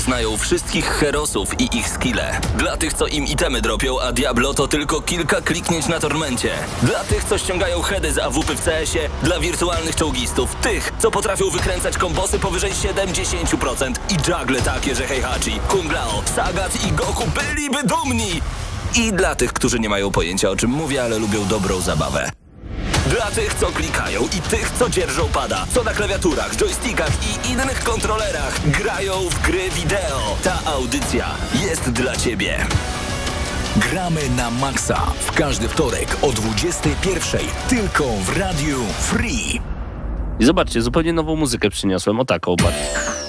znają wszystkich herosów i ich skille. Dla tych, co im itemy dropią, a Diablo to tylko kilka kliknięć na Tormencie. Dla tych, co ściągają heady z AWP w CS-ie. Dla wirtualnych czołgistów. Tych, co potrafią wykręcać kombosy powyżej 70% i juggle takie, że Heihachi, Kung Lao, Sagat i Goku byliby dumni. I dla tych, którzy nie mają pojęcia, o czym mówię, ale lubią dobrą zabawę. Dla tych, co klikają i tych, co dzierżą pada, co na klawiaturach, joystickach i innych kontrolerach grają w gry wideo. Ta audycja jest dla ciebie. Gramy na maksa w każdy wtorek o 21:00 tylko w Radiu Free. I zobaczcie, zupełnie nową muzykę przyniosłem, o taką, patrz.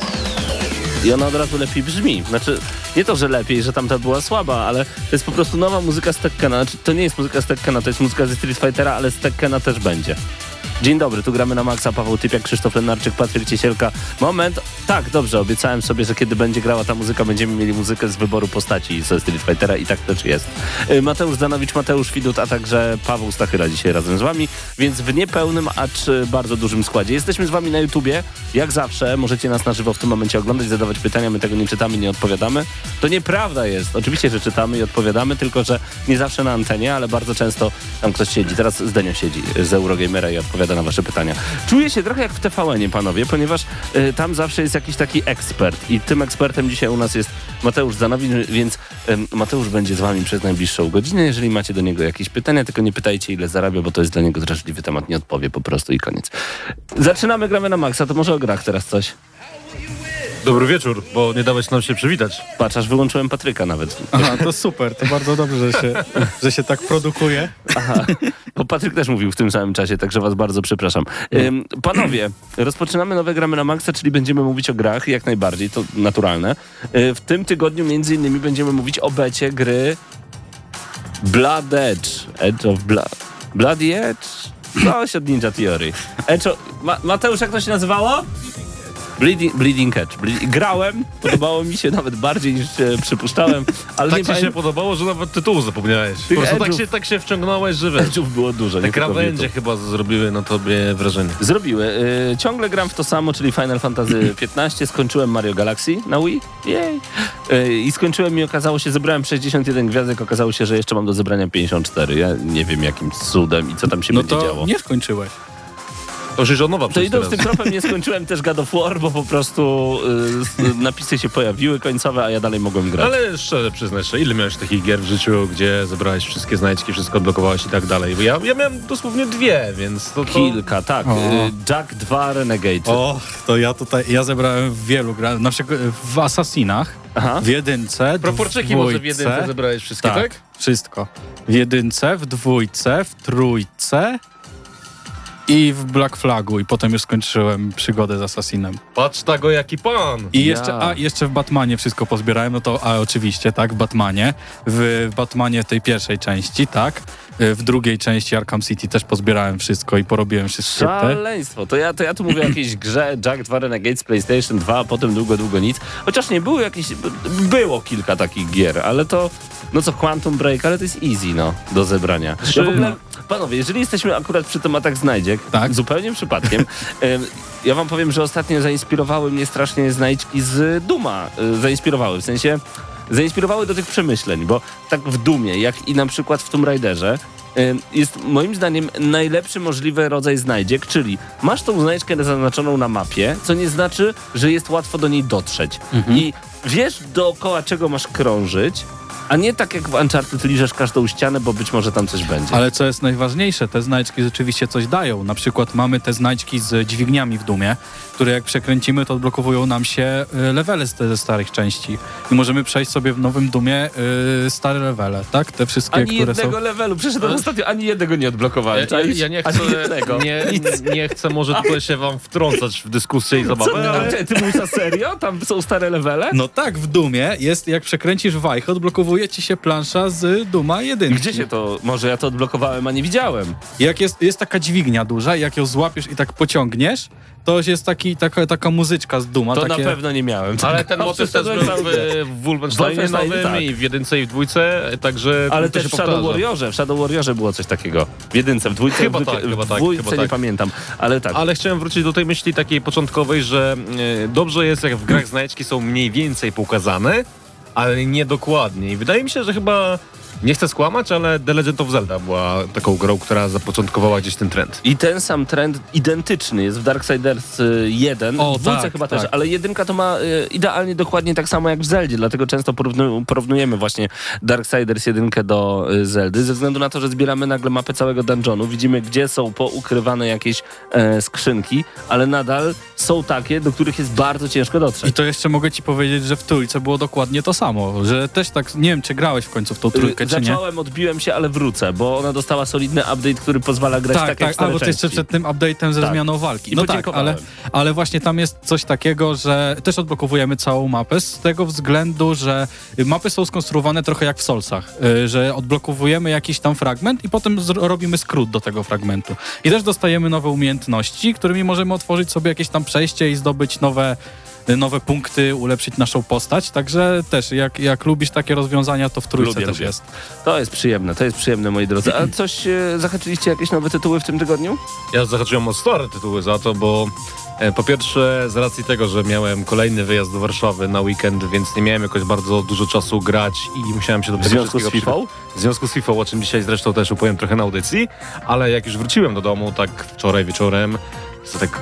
I ona od razu lepiej brzmi. Znaczy, nie to, że lepiej, że tamta była słaba, ale to jest po prostu nowa muzyka z Tekkena. Znaczy, to nie jest muzyka z Tekkena, to jest muzyka ze Street Fightera, ale z Tekkena też będzie. Dzień dobry, tu gramy na maksa. Paweł Typiak, Krzysztof Lenarczyk, Patryk Ciesielka. Moment. Tak, dobrze, obiecałem sobie, że kiedy będzie grała ta muzyka, będziemy mieli muzykę z wyboru postaci ze Street Fightera i tak też jest. Mateusz Zanowicz, Mateusz Widut, a także Paweł Stachyra dzisiaj razem z wami, więc w niepełnym, acz bardzo dużym składzie. Jesteśmy z wami na YouTubie, jak zawsze. Możecie nas na żywo w tym momencie oglądać, zadawać pytania, my tego nie czytamy, nie odpowiadamy. To nieprawda jest. Oczywiście, że czytamy i odpowiadamy, tylko że nie zawsze na antenie, ale bardzo często tam ktoś siedzi. Teraz Zdenio siedzi z Eurogamera i odpowiada na wasze pytania. Czuję się trochę jak w TVN-ie, panowie, ponieważ tam zawsze jest jakiś taki ekspert i tym ekspertem dzisiaj u nas jest Mateusz Zanowicz, więc Mateusz będzie z wami przez najbliższą godzinę. Jeżeli macie do niego jakieś pytania, tylko nie pytajcie, ile zarabia, bo to jest dla niego drażliwy temat, nie odpowie po prostu i koniec. Zaczynamy, gramy na maksa, to może o grach teraz coś. Dobry wieczór, bo nie dałeś nam się przywitać. Patrz, aż wyłączyłem Patryka nawet. Aha, to super, to bardzo dobrze, że się tak produkuje. Aha, bo Patryk też mówił w tym samym czasie, także was bardzo przepraszam. Panowie, rozpoczynamy nowe Gramy na Maxa, czyli będziemy mówić o grach, jak najbardziej, to naturalne. W tym tygodniu między innymi będziemy mówić o becie gry Blood Edge. Bloody Edge? Coś od Ninja Theory. Mateusz, jak to się nazywało? Bleeding Edge. Grałem, podobało mi się nawet bardziej niż przypuszczałem, ale tak ci się podobało, że nawet tytułu zapomniałeś. Po prostu tak się wciągnąłeś, że wiesz. Edge'ów było dużo. Te krawędzie chyba zrobiły na tobie wrażenie. Zrobiły. Ciągle gram w to samo, czyli Final Fantasy XV. Skończyłem Mario Galaxy na Wii. Jej. I skończyłem i okazało się, zebrałem 61 gwiazdek, okazało się, że jeszcze mam do zebrania 54. Ja nie wiem jakim cudem i co tam się będzie działo. No to nie skończyłeś. To już od nowa. To idąc tym tropem nie skończyłem też God of War, bo po prostu napisy się pojawiły końcowe, a ja dalej mogłem grać. Ale szczerze przyznaj się, ile miałeś takich gier w życiu, gdzie zebrałeś wszystkie znajdźki, wszystko odblokowałeś i tak dalej? Bo ja miałem dosłownie 2, więc to... Kilka, tak. Jack 2 Renegade. To ja zebrałem w wielu grach, na przykład w Assassinach, w jedynce, Proporczyki może w jedynce zebrałeś wszystkie, tak? Wszystko. W jedynce, w dwójce, w trójce i w Black Flagu i potem już skończyłem przygodę z Assassinem. Patrz tego, jaki pan! I jeszcze w Batmanie wszystko pozbierałem, no to oczywiście, tak, w Batmanie. W Batmanie tej pierwszej części, tak. W drugiej części Arkham City też pozbierałem wszystko i porobiłem wszystkie te. Szaleństwo. To ja tu mówię o jakiejś grze Jack 2 Renegade z PlayStation 2, a potem długo nic. Chociaż nie było było kilka takich gier, ale to, no co, Quantum Break, ale to jest easy, no, do zebrania. Ja w ogóle, panowie, jeżeli jesteśmy akurat przy tematach znajdziek, tak, zupełnie przypadkiem, ja wam powiem, że ostatnio zainspirowały mnie strasznie znajdźki z Duma. Zainspirowały do tych przemyśleń, bo tak w Dumie, jak i na przykład w Tomb Raiderze, jest moim zdaniem najlepszy możliwy rodzaj znajdziek, czyli masz tą znajdźkę zaznaczoną na mapie, co nie znaczy, że jest łatwo do niej dotrzeć. I wiesz, dookoła czego masz krążyć, a nie tak jak w Uncharted liżesz każdą ścianę, bo być może tam coś będzie. Ale co jest najważniejsze, te znajdźki rzeczywiście coś dają. Na przykład mamy te znajdźki z dźwigniami w Dumie, które jak przekręcimy, to odblokowują nam się levele ze starych części. I możemy przejść sobie w nowym Dumie stare levele, tak? Te wszystkie, ani które są... Ani jednego levelu, przeszedłem ostatnio, ani jednego nie odblokowałem. Ja nie chcę może tutaj się wam wtrącać w dyskusję i zabawę. Ty mówisz na serio? Tam są stare levele? No tak, w Dumie jest, jak przekręcisz wajchę, odblokowują odblokowuje ci się plansza z Duma 1. Gdzie się to... Może ja to odblokowałem, a nie widziałem. Jak jest taka dźwignia duża i jak ją złapiesz i tak pociągniesz, to jest taka muzyczka z Duma. To takie... na pewno nie miałem. Ale ten motyw też był w Wolfensteinie nowym tak. i w 1 i w 2, także Ale to też się w Shadow powtarza. Warriorze. W Shadow Warriorze było coś takiego. W 1, w 2, Chyba w tak, chyba tak, dwójce chyba nie tak. pamiętam. Ale tak. Ale chciałem wrócić do tej myśli takiej początkowej, że dobrze jest, jak w grach znajdźki są mniej więcej pokazane, ale nie dokładnie. I wydaje mi się, że chyba, nie chcę skłamać, ale The Legend of Zelda była taką grą, która zapoczątkowała gdzieś ten trend. I ten sam trend identyczny jest w Darksiders 1, O, w dwójce tak, chyba tak. też, ale jedynka to ma idealnie dokładnie tak samo jak w Zeldzie, dlatego często porównujemy właśnie Darksiders 1 do Zeldy, ze względu na to, że zbieramy nagle mapę całego dungeonu, widzimy gdzie są poukrywane jakieś skrzynki, ale nadal są takie, do których jest bardzo ciężko dotrzeć. I to jeszcze mogę ci powiedzieć, że w trójce było dokładnie to samo, że też tak, nie wiem, czy grałeś w końcu w tą trójkę, czy nie. Zacząłem, odbiłem się, ale wrócę, bo ona dostała solidny update, który pozwala grać tak jak stare albo to jeszcze części. przed tym update'em ze Tak. zmianą walki. I No tak, podziękowałem. ale właśnie tam jest coś takiego, że też odblokowujemy całą mapę z tego względu, że mapy są skonstruowane trochę jak w Soulsach, że odblokowujemy jakiś tam fragment i potem robimy skrót do tego fragmentu. I też dostajemy nowe umiejętności, którymi możemy otworzyć sobie jakieś tam przejście i zdobyć nowe punkty, ulepszyć naszą postać, także też jak lubisz takie rozwiązania, to w trójce też jest. To jest przyjemne, moi drodzy. A coś, zahaczyliście jakieś nowe tytuły w tym tygodniu? Ja zahaczyłem o stare tytuły za to, bo po pierwsze z racji tego, że miałem kolejny wyjazd do Warszawy na weekend, więc nie miałem jakoś bardzo dużo czasu grać i musiałem się do W tego związku z wszystkiego FIFA? W związku z FIFA, o czym dzisiaj zresztą też opowiem trochę na audycji, ale jak już wróciłem do domu, tak wczoraj wieczorem, to tak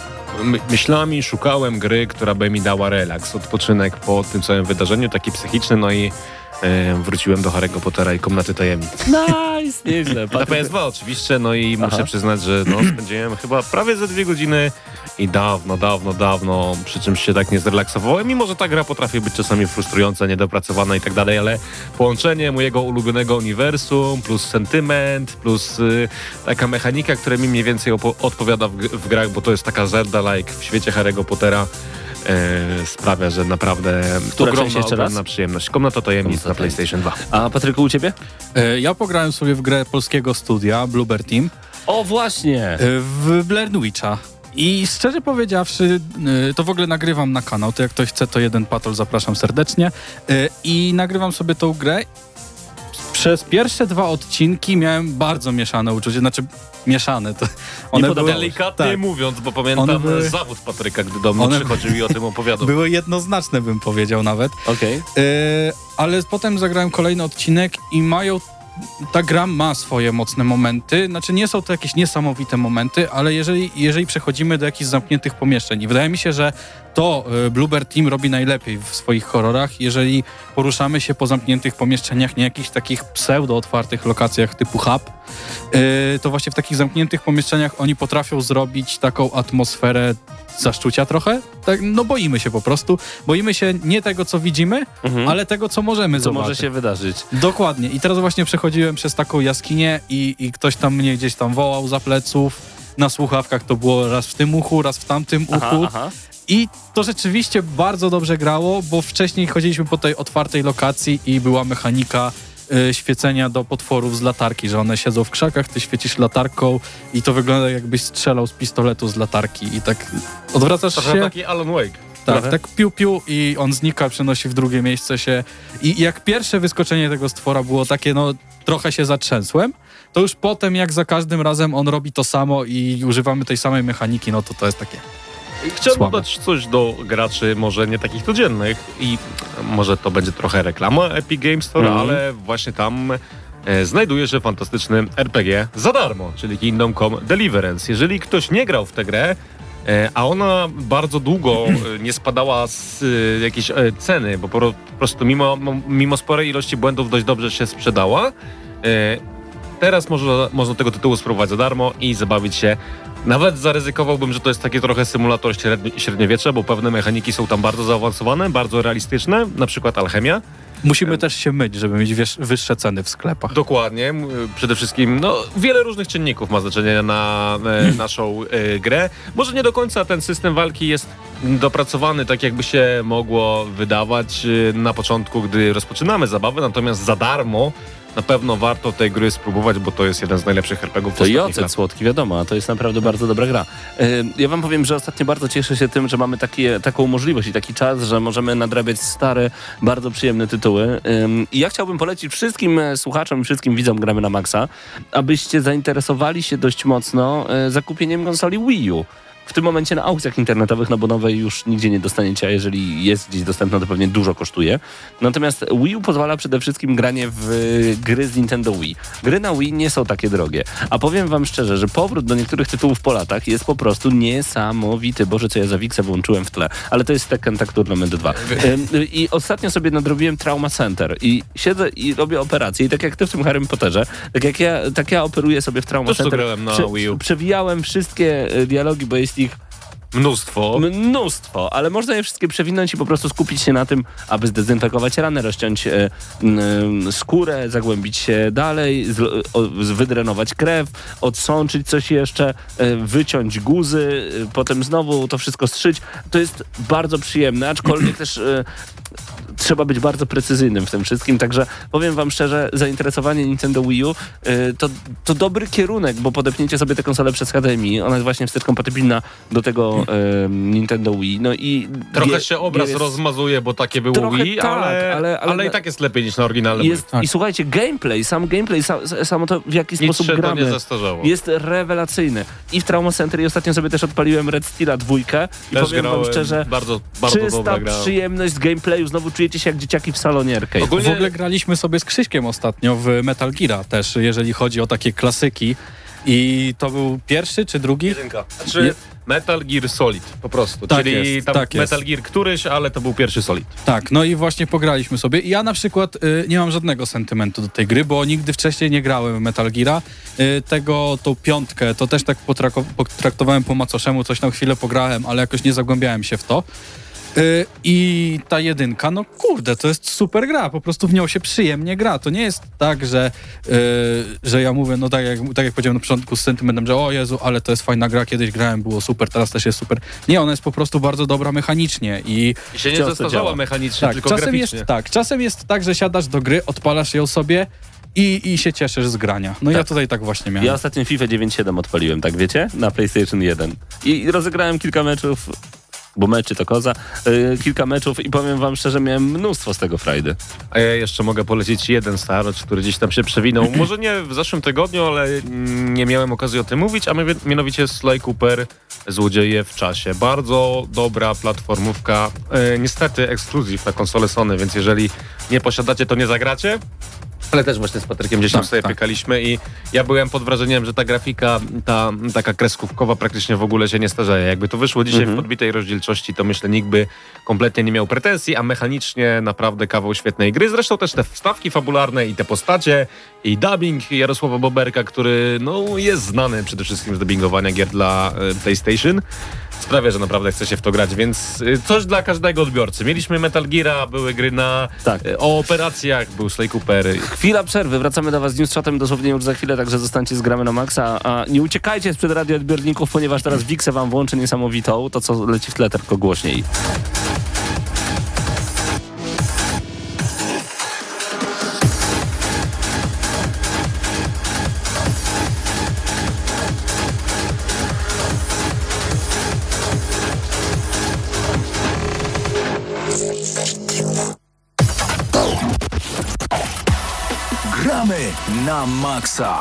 myślami szukałem gry, która by mi dała relaks, odpoczynek po tym całym wydarzeniu, taki psychiczny, no i wróciłem do Harry'ego Pottera i Komnaty Tajemnic. Nice, nieźle. Na PS2 oczywiście, no i muszę przyznać, że spędziłem chyba prawie ze 2 godziny i dawno przy czymś się tak nie zrelaksowałem, mimo że ta gra potrafi być czasami frustrująca, niedopracowana i tak dalej, ale połączenie mojego ulubionego uniwersum plus sentyment, plus taka mechanika, która mi mniej więcej odpowiada w grach, bo to jest taka Zelda-like w świecie Harry'ego Pottera, sprawia, że naprawdę Która część jeszcze raz? ogromna przyjemność. Komnata Tajemnic na PlayStation 2. A Patryku, u ciebie? Ja pograłem sobie w grę polskiego studia Bluebird Team O, właśnie! w Blair Witcha. I szczerze powiedziawszy, to w ogóle nagrywam na kanał, to jak ktoś chce, to jeden patol, zapraszam serdecznie. I nagrywam sobie tą grę. Przez pierwsze 2 odcinki miałem bardzo mieszane uczucie, znaczy mieszane. To one były, Delikatnie tak, mówiąc, bo One pamiętam były- zawód Patryka, gdy do mnie One- przychodził i o tym opowiadał. były jednoznaczne, bym powiedział nawet. Okej. Ale potem zagrałem kolejny odcinek i ta gra ma swoje mocne momenty, znaczy nie są to jakieś niesamowite momenty, ale jeżeli przechodzimy do jakichś zamkniętych pomieszczeń i wydaje mi się, że to Bluebird Team robi najlepiej w swoich horrorach, jeżeli poruszamy się po zamkniętych pomieszczeniach, nie jakichś takich pseudo-otwartych lokacjach typu hub, to właśnie w takich zamkniętych pomieszczeniach oni potrafią zrobić taką atmosferę zaszczucia trochę. Tak, no boimy się po prostu. Boimy się nie tego, co widzimy, ale tego, co możemy Co zobaczyć. może się wydarzyć? Dokładnie. I teraz właśnie przechodziłem przez taką jaskinię i ktoś tam mnie gdzieś tam wołał za pleców. Na słuchawkach to było raz w tym uchu, raz w tamtym uchu. Aha. I to rzeczywiście bardzo dobrze grało, bo wcześniej chodziliśmy po tej otwartej lokacji i była mechanika świecenia do potworów z latarki, że one siedzą w krzakach, ty świecisz latarką i to wygląda jakbyś strzelał z pistoletu z latarki i tak odwracasz Trochę się. taki Alan Wake. Tak piu i on znika, przenosi w drugie miejsce się. I jak pierwsze wyskoczenie tego stwora było takie, no trochę się zatrzęsłem, to już potem jak za każdym razem on robi to samo i używamy tej samej mechaniki, no to jest takie... Chciałem Słabe. dodać coś do graczy, może nie takich codziennych i może to będzie trochę reklama Epic Games Store, ale właśnie tam znajduje się fantastyczny RPG za darmo, czyli Kingdom Come Deliverance. Jeżeli ktoś nie grał w tę grę, a ona bardzo długo nie spadała z jakiejś ceny, bo po prostu mimo sporej ilości błędów dość dobrze się sprzedała, teraz można tego tytułu spróbować za darmo i zabawić się. Nawet zaryzykowałbym, że to jest takie trochę symulator średniowiecza, bo pewne mechaniki są tam bardzo zaawansowane, bardzo realistyczne, na przykład alchemia. Musimy też się myć, żeby mieć wyższe ceny w sklepach. Dokładnie. Przede wszystkim wiele różnych czynników ma znaczenie na naszą grę. Może nie do końca ten system walki jest dopracowany tak, jakby się mogło wydawać na początku, gdy rozpoczynamy zabawę, natomiast za darmo na pewno warto tej gry spróbować, bo to jest jeden z najlepszych RPGów To i ostatnich ocet lat. słodki, wiadomo, a to jest naprawdę bardzo dobra gra. Ja wam powiem, że ostatnio bardzo cieszę się tym, że mamy taką możliwość i taki czas, że możemy nadrabiać stare, bardzo przyjemne tytuły. I ja chciałbym polecić wszystkim słuchaczom i wszystkim widzom Gramy na Maxa, abyście zainteresowali się dość mocno zakupieniem konsoli Wii U. W tym momencie na aukcjach internetowych, no bo nowej już nigdzie nie dostaniecie, a jeżeli jest gdzieś dostępna, to pewnie dużo kosztuje. Natomiast Wii U pozwala przede wszystkim granie w gry z Nintendo Wii. Gry na Wii nie są takie drogie. A powiem wam szczerze, że powrót do niektórych tytułów po latach jest po prostu niesamowity. Boże, co ja za Wixę włączyłem w tle. Ale to jest Tekken Tag Tournament 2. I ostatnio sobie nadrobiłem Trauma Center. I siedzę i robię operacje. I tak jak ty w tym Harrym Potterze, tak ja operuję sobie w Trauma Też to Center. grałem na Wii U. Przewijałem wszystkie dialogi, bo jest ich mnóstwo, ale można je wszystkie przewinąć i po prostu skupić się na tym, aby zdezynfekować ranę, rozciąć skórę, zagłębić się dalej, wydrenować krew, odsączyć coś jeszcze, wyciąć guzy, potem znowu to wszystko strzyć. To jest bardzo przyjemne, aczkolwiek też trzeba być bardzo precyzyjnym w tym wszystkim, także powiem wam szczerze, zainteresowanie Nintendo Wii U to dobry kierunek, bo podepniecie sobie tę konsolę przez HDMI, ona jest właśnie wstecz kompatybilna do tego Nintendo Wii, no i Trochę się obraz rozmazuje, bo takie było Trochę Wii, tak, ale i tak jest lepiej niż na oryginalnym Wii. I słuchajcie, sam gameplay, samo to w jaki Nic sposób się to gramy nie zastarzało. jest rewelacyjny. I w Trauma Center i ostatnio sobie też odpaliłem Red Steela 2 i Też powiem wam szczerze, bardzo czysta dobra gra. przyjemność z gameplayu, znowu czujecie się jak dzieciaki w salonie arcade. Ogólnie- W ogóle graliśmy sobie z Krzyśkiem ostatnio w Metal Geara też, jeżeli chodzi o takie klasyki. I to był pierwszy czy drugi? Znaczy Metal Gear Solid po prostu, Tak czyli jest, tam tak jest. Metal Gear któryś, ale to był pierwszy Solid. Tak, no i właśnie pograliśmy sobie. I ja na przykład nie mam żadnego sentymentu do tej gry, bo nigdy wcześniej nie grałem w Metal Geara. Tą piątkę to też tak potraktowałem po macoszemu, coś na chwilę pograłem, ale jakoś nie zagłębiałem się w to. I ta jedynka, no kurde, to jest super gra, po prostu w nią się przyjemnie gra. To nie jest tak, że ja mówię, no tak jak powiedziałem na początku z sentymentem, że o Jezu, ale to jest fajna gra, kiedyś grałem, było super, teraz też jest super. Nie, ona jest po prostu bardzo dobra mechanicznie i I się nie Wciąż to zestarzała działa. mechanicznie, tak, tylko czasem graficznie. czasem jest tak, że siadasz do gry, odpalasz ją sobie i się cieszysz z grania. No ja tutaj tak właśnie miałem. Ja ostatnio FIFA 9.7 odpaliłem, tak wiecie? Na PlayStation 1. I rozegrałem kilka meczów, bo meczy to koza, kilka meczów i powiem wam szczerze, miałem mnóstwo z tego frajdy. A ja jeszcze mogę polecić jeden start, który gdzieś tam się przewinął. Może nie w zeszłym tygodniu, ale nie miałem okazji o tym mówić, a mianowicie Sly Cooper Złodzieje w czasie. Bardzo dobra platformówka. Niestety ekskluzyw na konsolę Sony, więc jeżeli nie posiadacie, to nie zagracie. Ale też właśnie z Patrykiem gdzieś tam sobie piekaliśmy i ja byłem pod wrażeniem, że ta grafika, ta taka kreskówkowa praktycznie w ogóle się nie starzeje. Jakby to wyszło dzisiaj w podbitej rozdzielczości, to myślę nikt by kompletnie nie miał pretensji, a mechanicznie naprawdę kawał świetnej gry. Zresztą też te wstawki fabularne i te postacie i dubbing Jarosława Boberka, który no, jest znany przede wszystkim z dubbingowania gier dla PlayStation. Sprawia, że naprawdę chce się w to grać, więc coś dla każdego odbiorcy. Mieliśmy Metal Geara, były gry o operacjach, był Sly Cooper. Chwila przerwy, wracamy do was z Newschatem dosłownie już za chwilę, także zostańcie z Gramy na Maxa, a nie uciekajcie sprzed radioodbiorników, ponieważ teraz Wixę wam włączy niesamowitą, to co leci w tle tylko głośniej. Gramy na Maxa.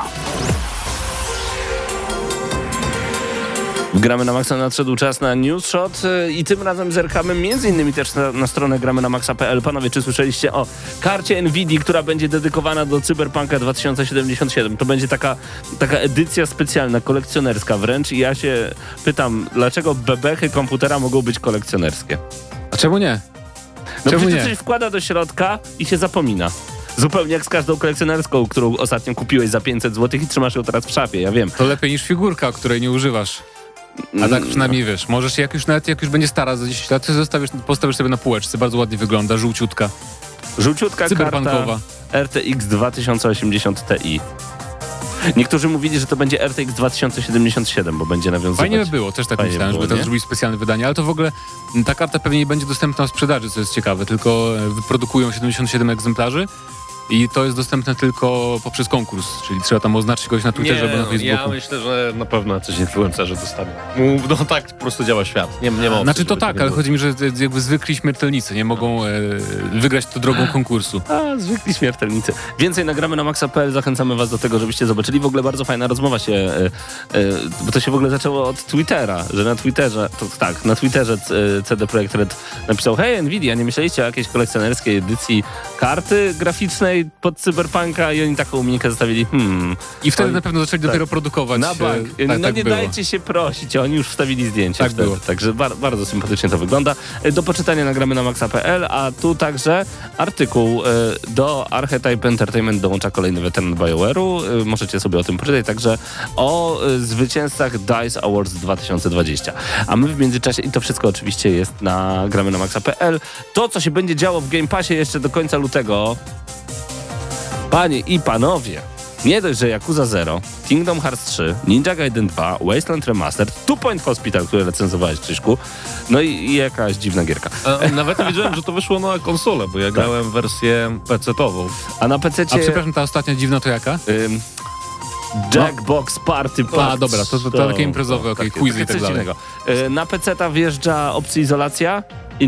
Gramy na Maxa, nadszedł czas na News Shot i tym razem zerkamy m.in. też na stronę gramy na maxa.pl. Panowie, czy słyszeliście o karcie NVIDII, która będzie dedykowana do Cyberpunka 2077? To będzie taka edycja specjalna, kolekcjonerska wręcz i ja się pytam, dlaczego bebechy komputera mogą być kolekcjonerskie? A czemu nie? No Czemu przecież nie? coś wkłada do środka i się zapomina. Zupełnie jak z każdą kolekcjonerską, którą ostatnio kupiłeś za 500 zł i trzymasz ją teraz w szafie, ja wiem. To lepiej niż figurka, której nie używasz. A tak przynajmniej wiesz, możesz jak już będzie stara za 10 lat, to postawisz sobie na półeczce, bardzo ładnie wygląda, żółciutka. Żółciutka Cyberpunkowa. karta RTX 2080 Ti. Niektórzy mówili, że to będzie RTX 2077, bo będzie nawiązywać. Fajnie by było, też tak Fajnie myślałem, było, żeby tam nie? zrobić specjalne wydanie, ale to w ogóle ta karta pewnie nie będzie dostępna w sprzedaży, co jest ciekawe, tylko wyprodukują 77 egzemplarzy i to jest dostępne tylko poprzez konkurs, czyli trzeba tam oznaczyć kogoś na Twitterze albo na Facebooku. ja myślę, że na pewno coś influencerzy dostaną. No tak po prostu działa świat. Nie ma opcji, Znaczy to żeby tak, nie ale było. chodzi mi, że jakby zwykli śmiertelnicy nie mogą wygrać to drogą konkursu. A, zwykli śmiertelnicy. Więcej nagramy na maxa.pl, zachęcamy was do tego, żebyście zobaczyli. W ogóle bardzo fajna rozmowa się, bo to się w ogóle zaczęło od Twittera, że na Twitterze, na Twitterze CD Projekt Red napisał: hej Nvidia, nie myśleliście o jakiejś kolekcjonerskiej edycji karty graficznej pod Cyberpunka? I oni taką minkę zostawili, I wtedy Oni- na pewno zaczęli dopiero produkować. na bank. Tak, No tak nie było. dajcie się prosić, oni już wstawili zdjęcie Tak wtedy. było. Także bardzo sympatycznie to wygląda. Do poczytania nagramy na maxa.pl, a tu także artykuł do Archetype Entertainment dołącza kolejny weteran BioWare'u. Możecie sobie o tym poczytać, także o zwycięzcach DICE Awards 2020. A my w międzyczasie, i to wszystko oczywiście jest na gramy na maxa.pl, to co się będzie działo w Game Passie jeszcze do końca lutego, panie i panowie, nie dość, że Yakuza 0, Kingdom Hearts 3, Ninja Gaiden 2, Wasteland Remastered, Two Point Hospital, które recenzowałeś, Krzyśku, no i jakaś dziwna gierka. Nawet nie wiedziałem, że to wyszło na konsolę, bo ja grałem wersję PC-tową. A na PC-cie... A przepraszam, ta ostatnia dziwna to jaka? Jackbox Party Pack. A, dobra, to takie imprezowe, okej, quizy i tak coś dalej. innego. Na PC-ta wjeżdża opcja izolacja,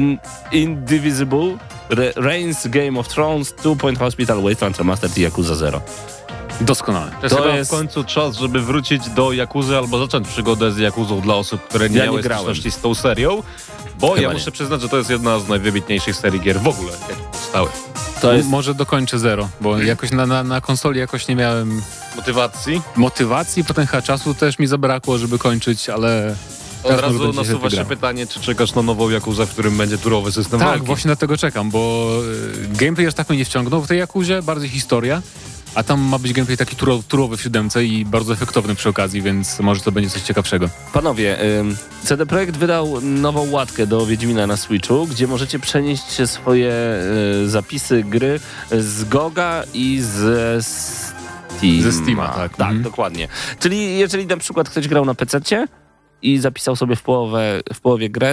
Indivisible, Reigns, Game of Thrones, Two Point Hospital, Wasteland Remastered i Yakuza 0. Doskonale. To jest To chyba jest- w końcu czas, żeby wrócić do Yakuzy albo zacząć przygodę z Yakuzą dla osób, które nie Ja nie miały grałem. styczności z tą serią, bo Chyba ja nie. muszę przyznać, że to jest jedna z najwybitniejszych serii gier w ogóle, jakie powstały. To jest... Może dokończę 0, bo jakoś na konsoli jakoś nie miałem Motywacji? motywacji, potem chyba czasu też mi zabrakło, żeby kończyć, ale... Od teraz może razu będzie nasuwa się wygrał. pytanie, czy czekasz na nową Yakuzę, w którym będzie turowy system Tak, walki? właśnie dlatego czekam, bo gameplay aż tak mnie nie wciągnął w tej Yakuzie, bardziej historia, a tam ma być gameplay taki turowy w 7 i bardzo efektowny przy okazji, więc może to będzie coś ciekawszego. Panowie, CD Projekt wydał nową łatkę do Wiedźmina na Switchu, gdzie możecie przenieść swoje zapisy gry z GOG-a i ze Steama. Ze Steama, tak. Tak, Mhm. dokładnie. Czyli jeżeli na przykład ktoś grał na PC-cie i zapisał sobie w połowie grę,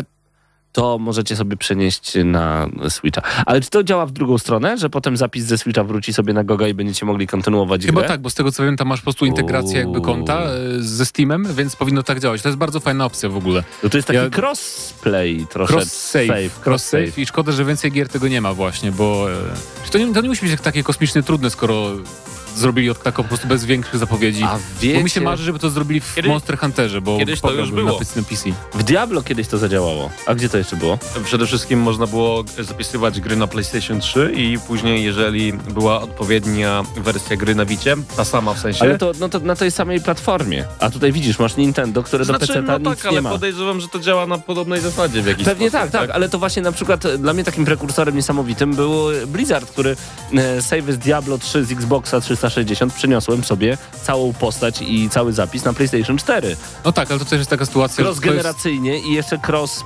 to możecie sobie przenieść na Switcha. Ale czy to działa w drugą stronę, że potem zapis ze Switcha wróci sobie na GOG-a i będziecie mogli kontynuować Chyba grę? tak, bo z tego co wiem, tam masz po prostu integrację jakby konta ze Steamem, więc powinno tak działać. To jest bardzo fajna opcja w ogóle. No to jest taki Ja- crossplay troszeczkę. Cross-save i szkoda, że więcej gier tego nie ma właśnie, bo to nie musi być takie kosmicznie trudne, skoro zrobili od tak po prostu bez większych zapowiedzi. A wiecie, Bo mi się marzy, żeby to zrobili w Kiedyś- Monster Hunterze, bo kiedyś to już pograłbym było. na PC. w Diablo kiedyś to zadziałało. A gdzie to jeszcze było? Przede wszystkim można było zapisywać gry na PlayStation 3 i później, jeżeli była odpowiednia wersja gry na Vicie, ta sama w sensie... Ale to, no to na tej samej platformie. A tutaj widzisz, masz Nintendo, które do PC-ta no nic tak, ale nie ma. podejrzewam, że to działa na podobnej zasadzie w jakiś Pewnie sposób. tak, ale to właśnie na przykład dla mnie takim prekursorem niesamowitym był Blizzard, który save z Diablo 3 z Xboxa 360 przyniosłem sobie całą postać i cały zapis na PlayStation 4. No tak, ale to też jest taka sytuacja, że to jest, Cross-generacyjnie i jeszcze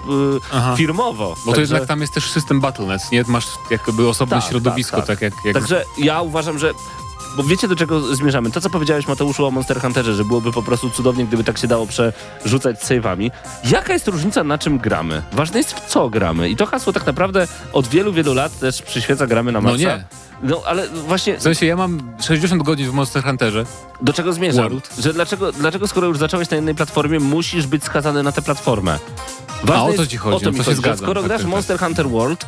Aha. cross-firmowo. bo to jednak tam jest też system Battle.net, nie? Masz jakby osobne Tak, środowisko, tak. tak jak Także ja uważam, że... Bo wiecie, do czego zmierzamy? To, co powiedziałeś, Mateuszu, o Monster Hunterze, że byłoby po prostu cudownie, gdyby tak się dało przerzucać save'ami. Jaka jest różnica, na czym gramy? Ważne jest, w co gramy. I to hasło tak naprawdę od wielu, wielu lat też przyświeca gramy na No maksa. nie. No, ale właśnie W sensie ja mam 60 godzin w Monster Hunterze. do czego zmierzam? World. Że dlaczego, skoro już zacząłeś na jednej platformie, musisz być skazany na tę platformę? A, o to jest- ci chodzi, o to no mi to się chodzi, że zgadzam. skoro Tak, grasz tak, tak. Monster Hunter World,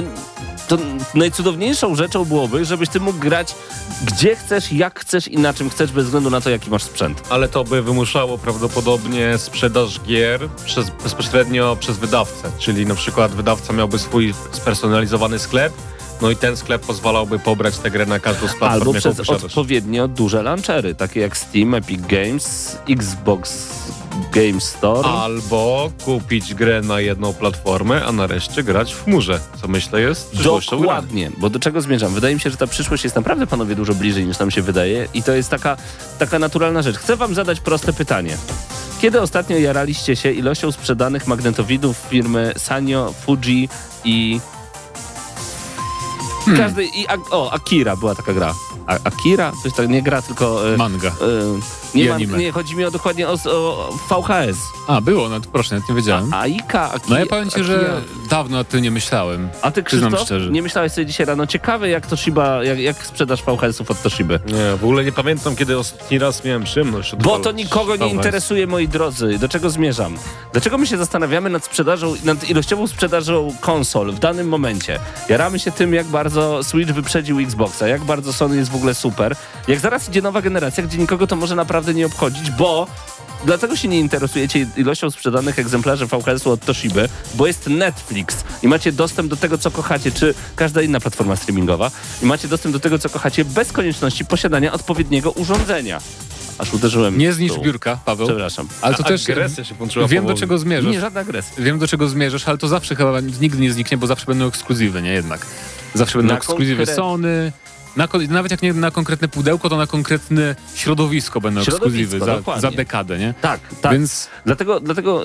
to najcudowniejszą rzeczą byłoby, żebyś ty mógł grać gdzie chcesz, jak chcesz i na czym chcesz, bez względu na to, jaki masz sprzęt. Ale to by wymuszało prawdopodobnie sprzedaż gier bezpośrednio przez wydawcę. Czyli na przykład wydawca miałby swój spersonalizowany sklep, no i ten sklep pozwalałby pobrać tę grę na każdą z platform, Albo jaką przez posiadasz. odpowiednio duże launchery, takie jak Steam, Epic Games, Xbox Game Store. Albo kupić grę na jedną platformę, a nareszcie grać w chmurze, co myślę jest przyszłością grania. Dokładnie, bo do czego zmierzam? Wydaje mi się, że ta przyszłość jest naprawdę, panowie, dużo bliżej niż nam się wydaje i to jest taka naturalna rzecz. Chcę wam zadać proste pytanie. Kiedy ostatnio jaraliście się ilością sprzedanych magnetowidów firmy Sanyo, Fuji i... Akira była taka gra. Akira? Coś tak, nie gra, tylko... Manga. Nie, I anime. nie, chodzi mi dokładnie o VHS. A, było, no to proszę, nawet nie wiedziałem. Akira. No ja powiem ci, że dawno nad tym nie myślałem. A ty, Przyznam Krzysztof, szczerze. nie myślałeś sobie dzisiaj rano? Ciekawe, jak Toshiba, jak sprzedaż VHS-ów od Toshiby. Nie, w ogóle nie pamiętam, kiedy ostatni raz miałem przyjemność Bo odpalać to nikogo nie VHS. interesuje, moi drodzy. Do czego zmierzam? Dlaczego my się zastanawiamy nad sprzedażą, nad ilościową sprzedażą konsol w danym momencie? Jaramy się tym, jak bardzo Switch wyprzedził Xboxa, jak bardzo Sony jest w ogóle super. Jak zaraz idzie nowa generacja, gdzie nikogo to może naprawdę nie obchodzić, bo... Dlatego się nie interesujecie ilością sprzedanych egzemplarzy VHS-u od Toshiby, bo jest Netflix i macie dostęp do tego, co kochacie, czy każda inna platforma streamingowa i macie dostęp do tego, co kochacie, bez konieczności posiadania odpowiedniego urządzenia. Aż uderzyłem. Nie w znicz stół. biurka, Paweł. Przepraszam. Ale to też Agresja się włączyła wiem, do powoli. czego zmierzasz. Nie, żadna agresja. Wiem, do czego zmierzasz, ale to zawsze chyba nigdy nie zniknie, bo zawsze będą ekskluzywy, nie jednak. Zawsze będą Na ekskluzywy Sony. Nawet jak nie na konkretne pudełko, to na konkretne środowisko będą ekskluzywy dokładnie. za dekadę, nie? Tak, tak. Więc, Dlatego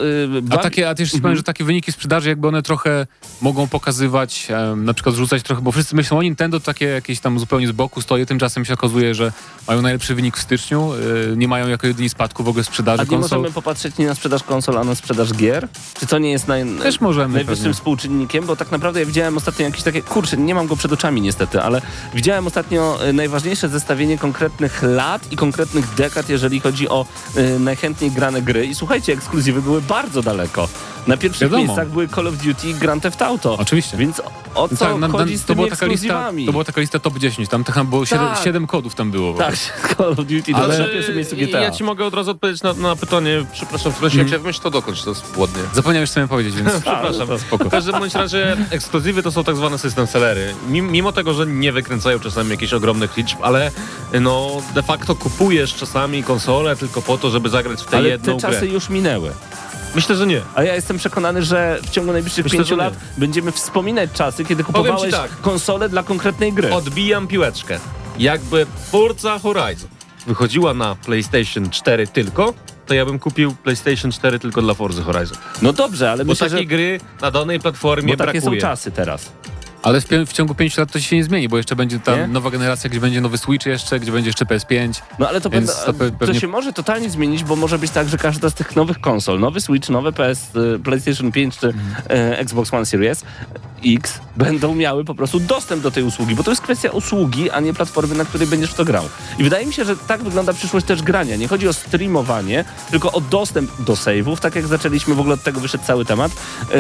a też ci powiem, że takie wyniki sprzedaży, jakby one trochę mogą pokazywać, na przykład zrzucać trochę, bo wszyscy myślą o Nintendo, takie jakieś tam zupełnie z boku stoi, tymczasem się okazuje, że mają najlepszy wynik w styczniu, nie mają jako jedyni spadku w ogóle sprzedaży a nie konsol. możemy popatrzeć nie na sprzedaż konsol, a na sprzedaż gier? Czy to nie jest Też możemy najwyższym pewnie. współczynnikiem? Bo tak naprawdę ja widziałem ostatnio jakieś takie, kurczę, nie mam go przed oczami niestety, ale widziałem ostatnio najważniejsze zestawienie konkretnych lat i konkretnych dekad, jeżeli chodzi o najchętniej grane gry. I słuchajcie, ekskluzywy były bardzo daleko. Na pierwszych Wiadomo. miejscach były Call of Duty i Grand Theft Auto. Oczywiście. Więc o co chodzi z to tymi była taka lista, ekskluzywami? to była taka lista top 10, tam było Tak. 7 kodów tam było. Tak, Call of Duty Ale- na pierwszym miejscu GTA. Ja ci mogę od razu odpowiedzieć na pytanie, przepraszam, wtrąciłem cię w myśl, to dokończ to ładnie. Zapomniałeś co miałem powiedzieć, więc Przepraszam. to spoko. W każdym bądź razie ekskluzywy to są tak zwane system sellery. Mimo tego, że nie wykręcają czasami jakichś ogromnych liczb, ale no de facto kupujesz czasami konsolę tylko po to, żeby zagrać w tę Ale jedną te czasy grę. już minęły. Myślę, że nie. A ja jestem przekonany, że w ciągu najbliższych Myślę, 5 że nie. lat będziemy wspominać czasy, kiedy Powiem ci kupowałeś tak. konsolę dla konkretnej gry. Odbijam piłeczkę. Jakby Forza Horizon wychodziła na PlayStation 4 tylko, to ja bym kupił PlayStation 4 tylko dla Forza Horizon. No dobrze, ale Bo myślę, takiej że gry na danej platformie bo takie brakuje. są czasy teraz. ale w ciągu 5 lat to się nie zmieni, bo jeszcze będzie Nie? ta nowa generacja, gdzie będzie nowy Switch jeszcze, gdzie będzie jeszcze PS5. No ale to, Więc to to pewnie- się może totalnie zmienić, bo może być tak, że każda z tych nowych konsol, nowy Switch, nowy PlayStation 5 czy Xbox One Series X będą miały po prostu dostęp do tej usługi, bo to jest kwestia usługi, a nie platformy, na której będziesz w to grał. I wydaje mi się, że tak wygląda przyszłość też grania. Nie chodzi o streamowanie, tylko o dostęp do save'ów, tak jak zaczęliśmy, w ogóle od tego wyszedł cały temat.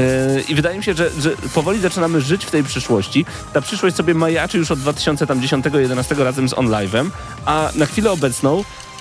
I wydaje mi się, że powoli zaczynamy żyć w tej przyszłości. Ta przyszłość sobie majaczy już od 2010-2011 razem z OnLive'em, a na chwilę obecną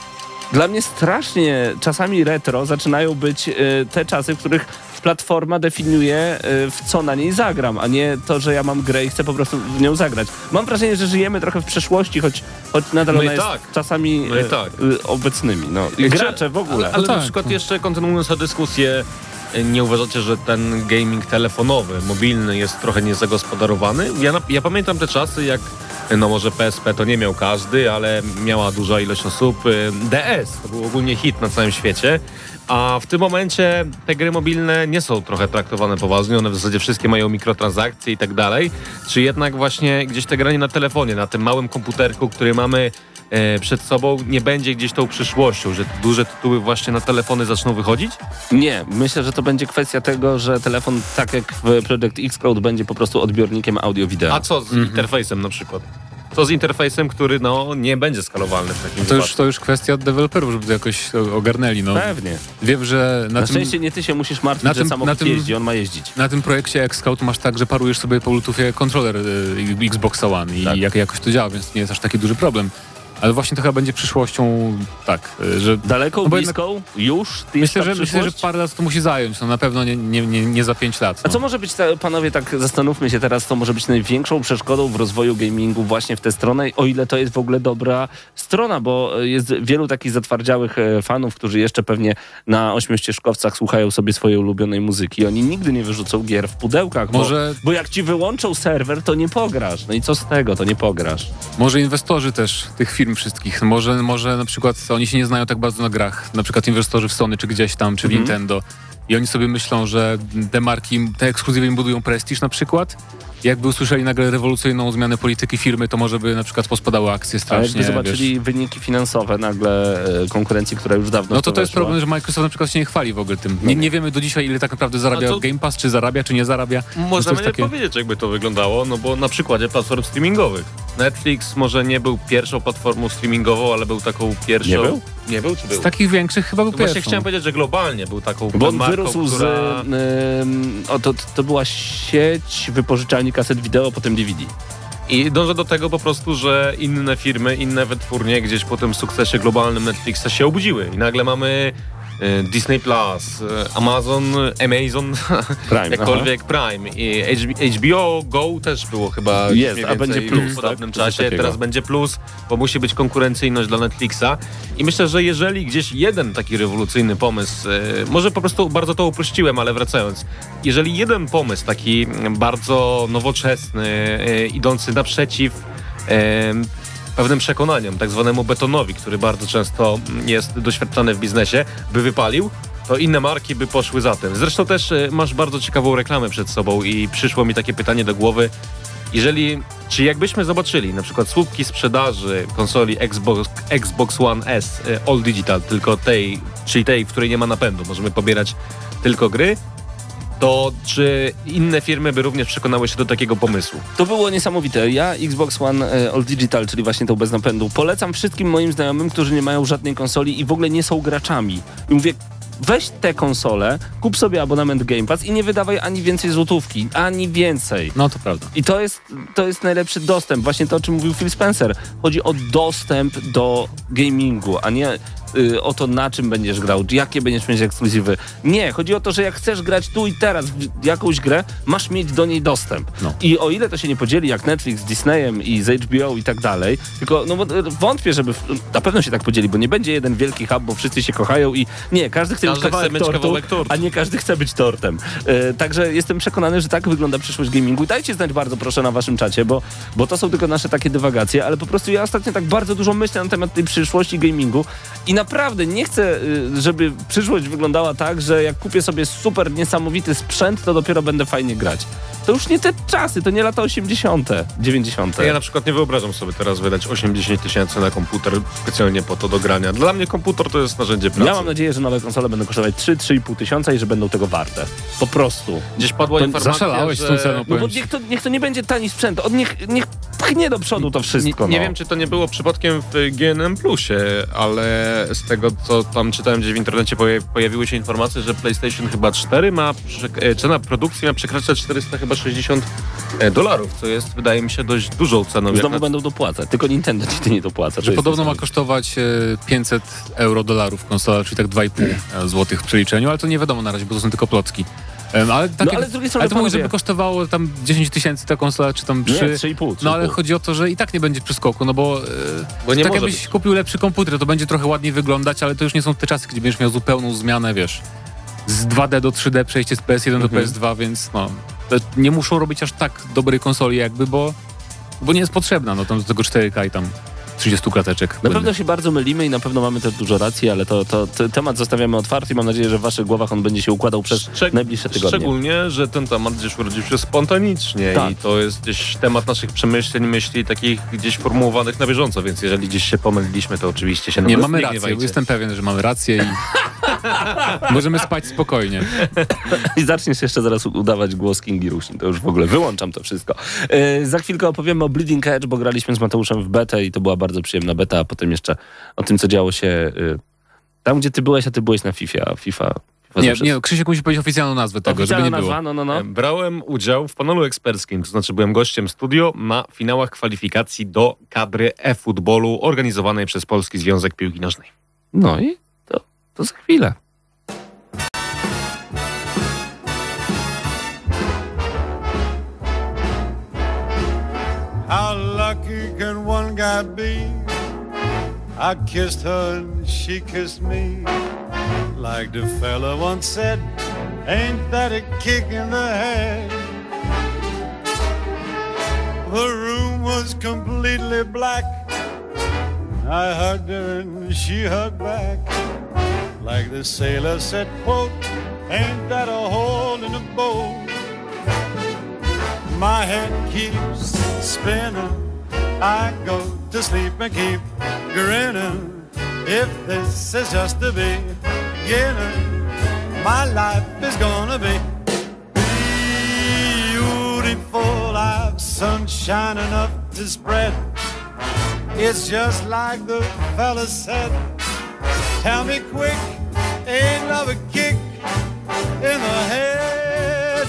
dla mnie strasznie czasami retro zaczynają być te czasy, w których platforma definiuje, w co na niej zagram, a nie to, że ja mam grę i chcę po prostu w nią zagrać. Mam wrażenie, że żyjemy trochę w przeszłości, choć nadal No i ona tak. jest czasami No i tak. obecnymi. No. I gracze w ogóle. Ale No na tak, przykład no. jeszcze kontynuując tę dyskusję, nie uważacie, że ten gaming telefonowy, mobilny jest trochę niezagospodarowany? Ja pamiętam te czasy, jak no może PSP to nie miał każdy, ale miała duża ilość osób. DS to był ogólnie hit na całym świecie. A w tym momencie te gry mobilne nie są trochę traktowane poważnie, one w zasadzie wszystkie mają mikrotransakcje i tak dalej. Czy jednak właśnie gdzieś te granie na telefonie, na tym małym komputerku, który mamy przed sobą, nie będzie gdzieś tą przyszłością, że te duże tytuły właśnie na telefony zaczną wychodzić? Nie, myślę, że to będzie kwestia tego, że telefon, tak jak w Project Xcloud, będzie po prostu odbiornikiem audio-wideo. A co z interfejsem na przykład? Co z interfejsem, który no nie będzie skalowalny w takim wypadku? To już kwestia deweloperów, żeby to jakoś ogarnęli. No. Pewnie. Wiem, że Na szczęście nie ty się musisz martwić, na że tym- samochód na tym- jeździ, on ma jeździć. na tym projekcie Xscout masz tak, że parujesz sobie po Bluetoothie kontroler Xboxa One i Tak. jakoś to działa, więc nie jest aż taki duży problem. Ale właśnie to chyba będzie przyszłością tak, że Daleką, No bo bliską, już jest myślę, ta że przyszłość? parę lat to musi zająć, no na pewno nie za 5 lat. A No. co może być, panowie, tak zastanówmy się teraz, co może być największą przeszkodą w rozwoju gamingu właśnie w tę stronę, o ile to jest w ogóle dobra strona, bo jest wielu takich zatwardziałych fanów, którzy jeszcze pewnie na ośmiościeżkowcach słuchają sobie swojej ulubionej muzyki. Oni nigdy nie wyrzucą gier w pudełkach, bo jak ci wyłączą serwer, to nie pograsz. No i co z tego, to nie pograsz. Może inwestorzy też tych firm wszystkich, może na przykład oni się nie znają tak bardzo na grach, na przykład inwestorzy w Sony, czy gdzieś tam, czy w Nintendo. i oni sobie myślą, że te marki, te ekskluzywy im budują prestiż na przykład. Jakby usłyszeli nagle rewolucyjną zmianę polityki firmy, to może by na przykład pospadały akcje A strasznie. jakby zobaczyli wyniki finansowe nagle konkurencji, która już dawno No to jest weszła. problem, że Microsoft na przykład się nie chwali w ogóle tym. Nie wiemy do dzisiaj, ile tak naprawdę zarabia A to- Game Pass, czy zarabia, czy nie zarabia. Możemy To jest takie- powiedzieć, jakby to wyglądało, no bo na przykładzie platform streamingowych. Netflix może nie był pierwszą platformą streamingową, ale był taką pierwszą... Nie był? Nie był, czy był? Z takich większych chyba był No właśnie pierwszą. chciałem powiedzieć, że globalnie był taką Bo on marką, wyrósł która... to była sieć wypożyczalni kaset wideo, potem DVD. I dążę do tego po prostu, że inne firmy, inne wytwórnie gdzieś po tym sukcesie globalnym Netflixa się obudziły. I nagle mamy Disney Plus, Amazon, Prime, jakkolwiek Prime. I HBO Go też było chyba Jest, mniej a będzie więcej Plus, w podobnym tak? Coś czasie. takiego. Teraz będzie Plus, bo musi być konkurencyjność dla Netflixa. I myślę, że jeżeli gdzieś jeden taki rewolucyjny pomysł, może po prostu bardzo to uprościłem, ale wracając, jeżeli jeden pomysł taki bardzo nowoczesny, idący naprzeciw pewnym przekonaniom, tak zwanemu betonowi, który bardzo często jest doświadczany w biznesie, by wypalił, to inne marki by poszły za tym. Zresztą też masz bardzo ciekawą reklamę przed sobą i przyszło mi takie pytanie do głowy. Czy jakbyśmy zobaczyli na przykład słupki sprzedaży konsoli Xbox One S All Digital, tylko czyli tej, w której nie ma napędu, możemy pobierać tylko gry, to czy inne firmy by również przekonały się do takiego pomysłu? To było niesamowite. Ja Xbox One All Digital, czyli właśnie tą bez napędu, polecam wszystkim moim znajomym, którzy nie mają żadnej konsoli i w ogóle nie są graczami. I mówię, weź tę konsolę, kup sobie abonament Game Pass i nie wydawaj ani więcej złotówki, ani więcej. No to prawda. I to jest najlepszy dostęp. Właśnie to, o czym mówił Phil Spencer. Chodzi o dostęp do gamingu, a nie o to, na czym będziesz grał, jakie będziesz mieć ekskluzywy. Nie, chodzi o to, że jak chcesz grać tu i teraz w jakąś grę, masz mieć do niej dostęp. No. I o ile to się nie podzieli jak Netflix z Disneyem i z HBO i tak dalej, tylko no bo wątpię, żeby na pewno się tak podzieli, bo nie będzie jeden wielki hub, bo wszyscy się kochają i nie, każdy chce mieć kawałek tortu, a nie każdy chce być tortem. Także jestem przekonany, że tak wygląda przyszłość gamingu. I dajcie znać bardzo proszę na waszym czacie, bo to są tylko nasze takie dywagacje, ale po prostu ja ostatnio tak bardzo dużo myślę na temat tej przyszłości gamingu i naprawdę nie chcę, żeby przyszłość wyglądała tak, że jak kupię sobie super niesamowity sprzęt, to dopiero będę fajnie grać. To już nie te czasy, to nie lata 80., 90. Ja na przykład nie wyobrażam sobie teraz wydać 80 tysięcy na komputer specjalnie po to do grania. Dla mnie komputer to jest narzędzie pracy. Ja mam nadzieję, że nowe konsole będą kosztować 3-3,5 tysiąca i że będą tego warte. Po prostu. Gdzieś padła informacja, Zaszalałeś z tą ceną, No powiem bo ci. niech to nie będzie tani sprzęt, niech pchnie do przodu to wszystko. Nie no. wiem, czy to nie było przypadkiem w GNM Plusie, ale z tego, co tam czytałem gdzieś w internecie, pojawiły się informacje, że PlayStation chyba 4 cena produkcji ma przekraczać $460, co jest, wydaje mi się, dość dużą ceną. jak Znowu na- będą dopłacać, tylko Nintendo ci nie dopłaca. Że podobno ma kosztować $500 konsola, czyli tak 2,5 zł w przeliczeniu, ale to nie wiadomo na razie, bo to są tylko plotki. Ale, takie, ale z drugiej strony, ale to mówi, panowie- żeby kosztowało tam 10 tysięcy ta konsola, czy tam 3. Nie, 3,5. No ale chodzi o to, że i tak nie będzie przeskoku, no bo, Bo nie tak może jakbyś być. kupił lepszy komputer, to będzie trochę ładniej wyglądać, ale to już nie są te czasy, gdzie będziesz miał zupełną zmianę, wiesz, z 2D do 3D, przejście z PS1 do PS2, więc no, to nie muszą robić aż tak dobrej konsoli jakby, bo nie jest potrzebna, no tam do tego 4K i tam 30 klateczek. Na pewno się bardzo mylimy i na pewno mamy też dużo racji, ale to temat zostawiamy otwarty i mam nadzieję, że w waszych głowach on będzie się układał przez najbliższe tygodnie. Szczególnie, że ten temat gdzieś urodził się spontanicznie Tak. i to jest gdzieś temat naszych przemyśleń, myśli takich gdzieś formułowanych na bieżąco, więc jeżeli gdzieś się pomyliliśmy, to oczywiście się na Nie, nas mamy nie rację, gniewajcie. bo jestem pewien, że mamy rację i możemy spać spokojnie. I zaczniesz jeszcze zaraz udawać głos Kingi Rusin. To już w ogóle wyłączam to wszystko. Za chwilkę opowiemy o Bleeding Edge, bo graliśmy z Mateuszem w betę i to była bardzo przyjemna beta, a potem jeszcze o tym, co działo się tam, gdzie ty byłeś, a ty byłeś na FIFA. FIFA Nie, Krzysiek musi powiedzieć oficjalną nazwę tego, oficjalna żeby nie było. nazwa, no. Brałem udział w panelu eksperckim, to znaczy byłem gościem studio na finałach kwalifikacji do kadry e-futbolu organizowanej przez Polski Związek Piłki Nożnej. No i to za chwilę. How lucky can one guy be? I kissed her and she kissed me. Like the fella once said, ain't that a kick in the head? The room was completely black. I hugged her and she hugged back. Like the sailor said, quote, ain't that a hole in the bowl? My head keeps spinning, I go to sleep and keep grinning. If this is just the beginning, my life is gonna be beautiful. I've sunshine enough to spread. It's just like the fella said. Tell me quick, ain't love a kick in the head?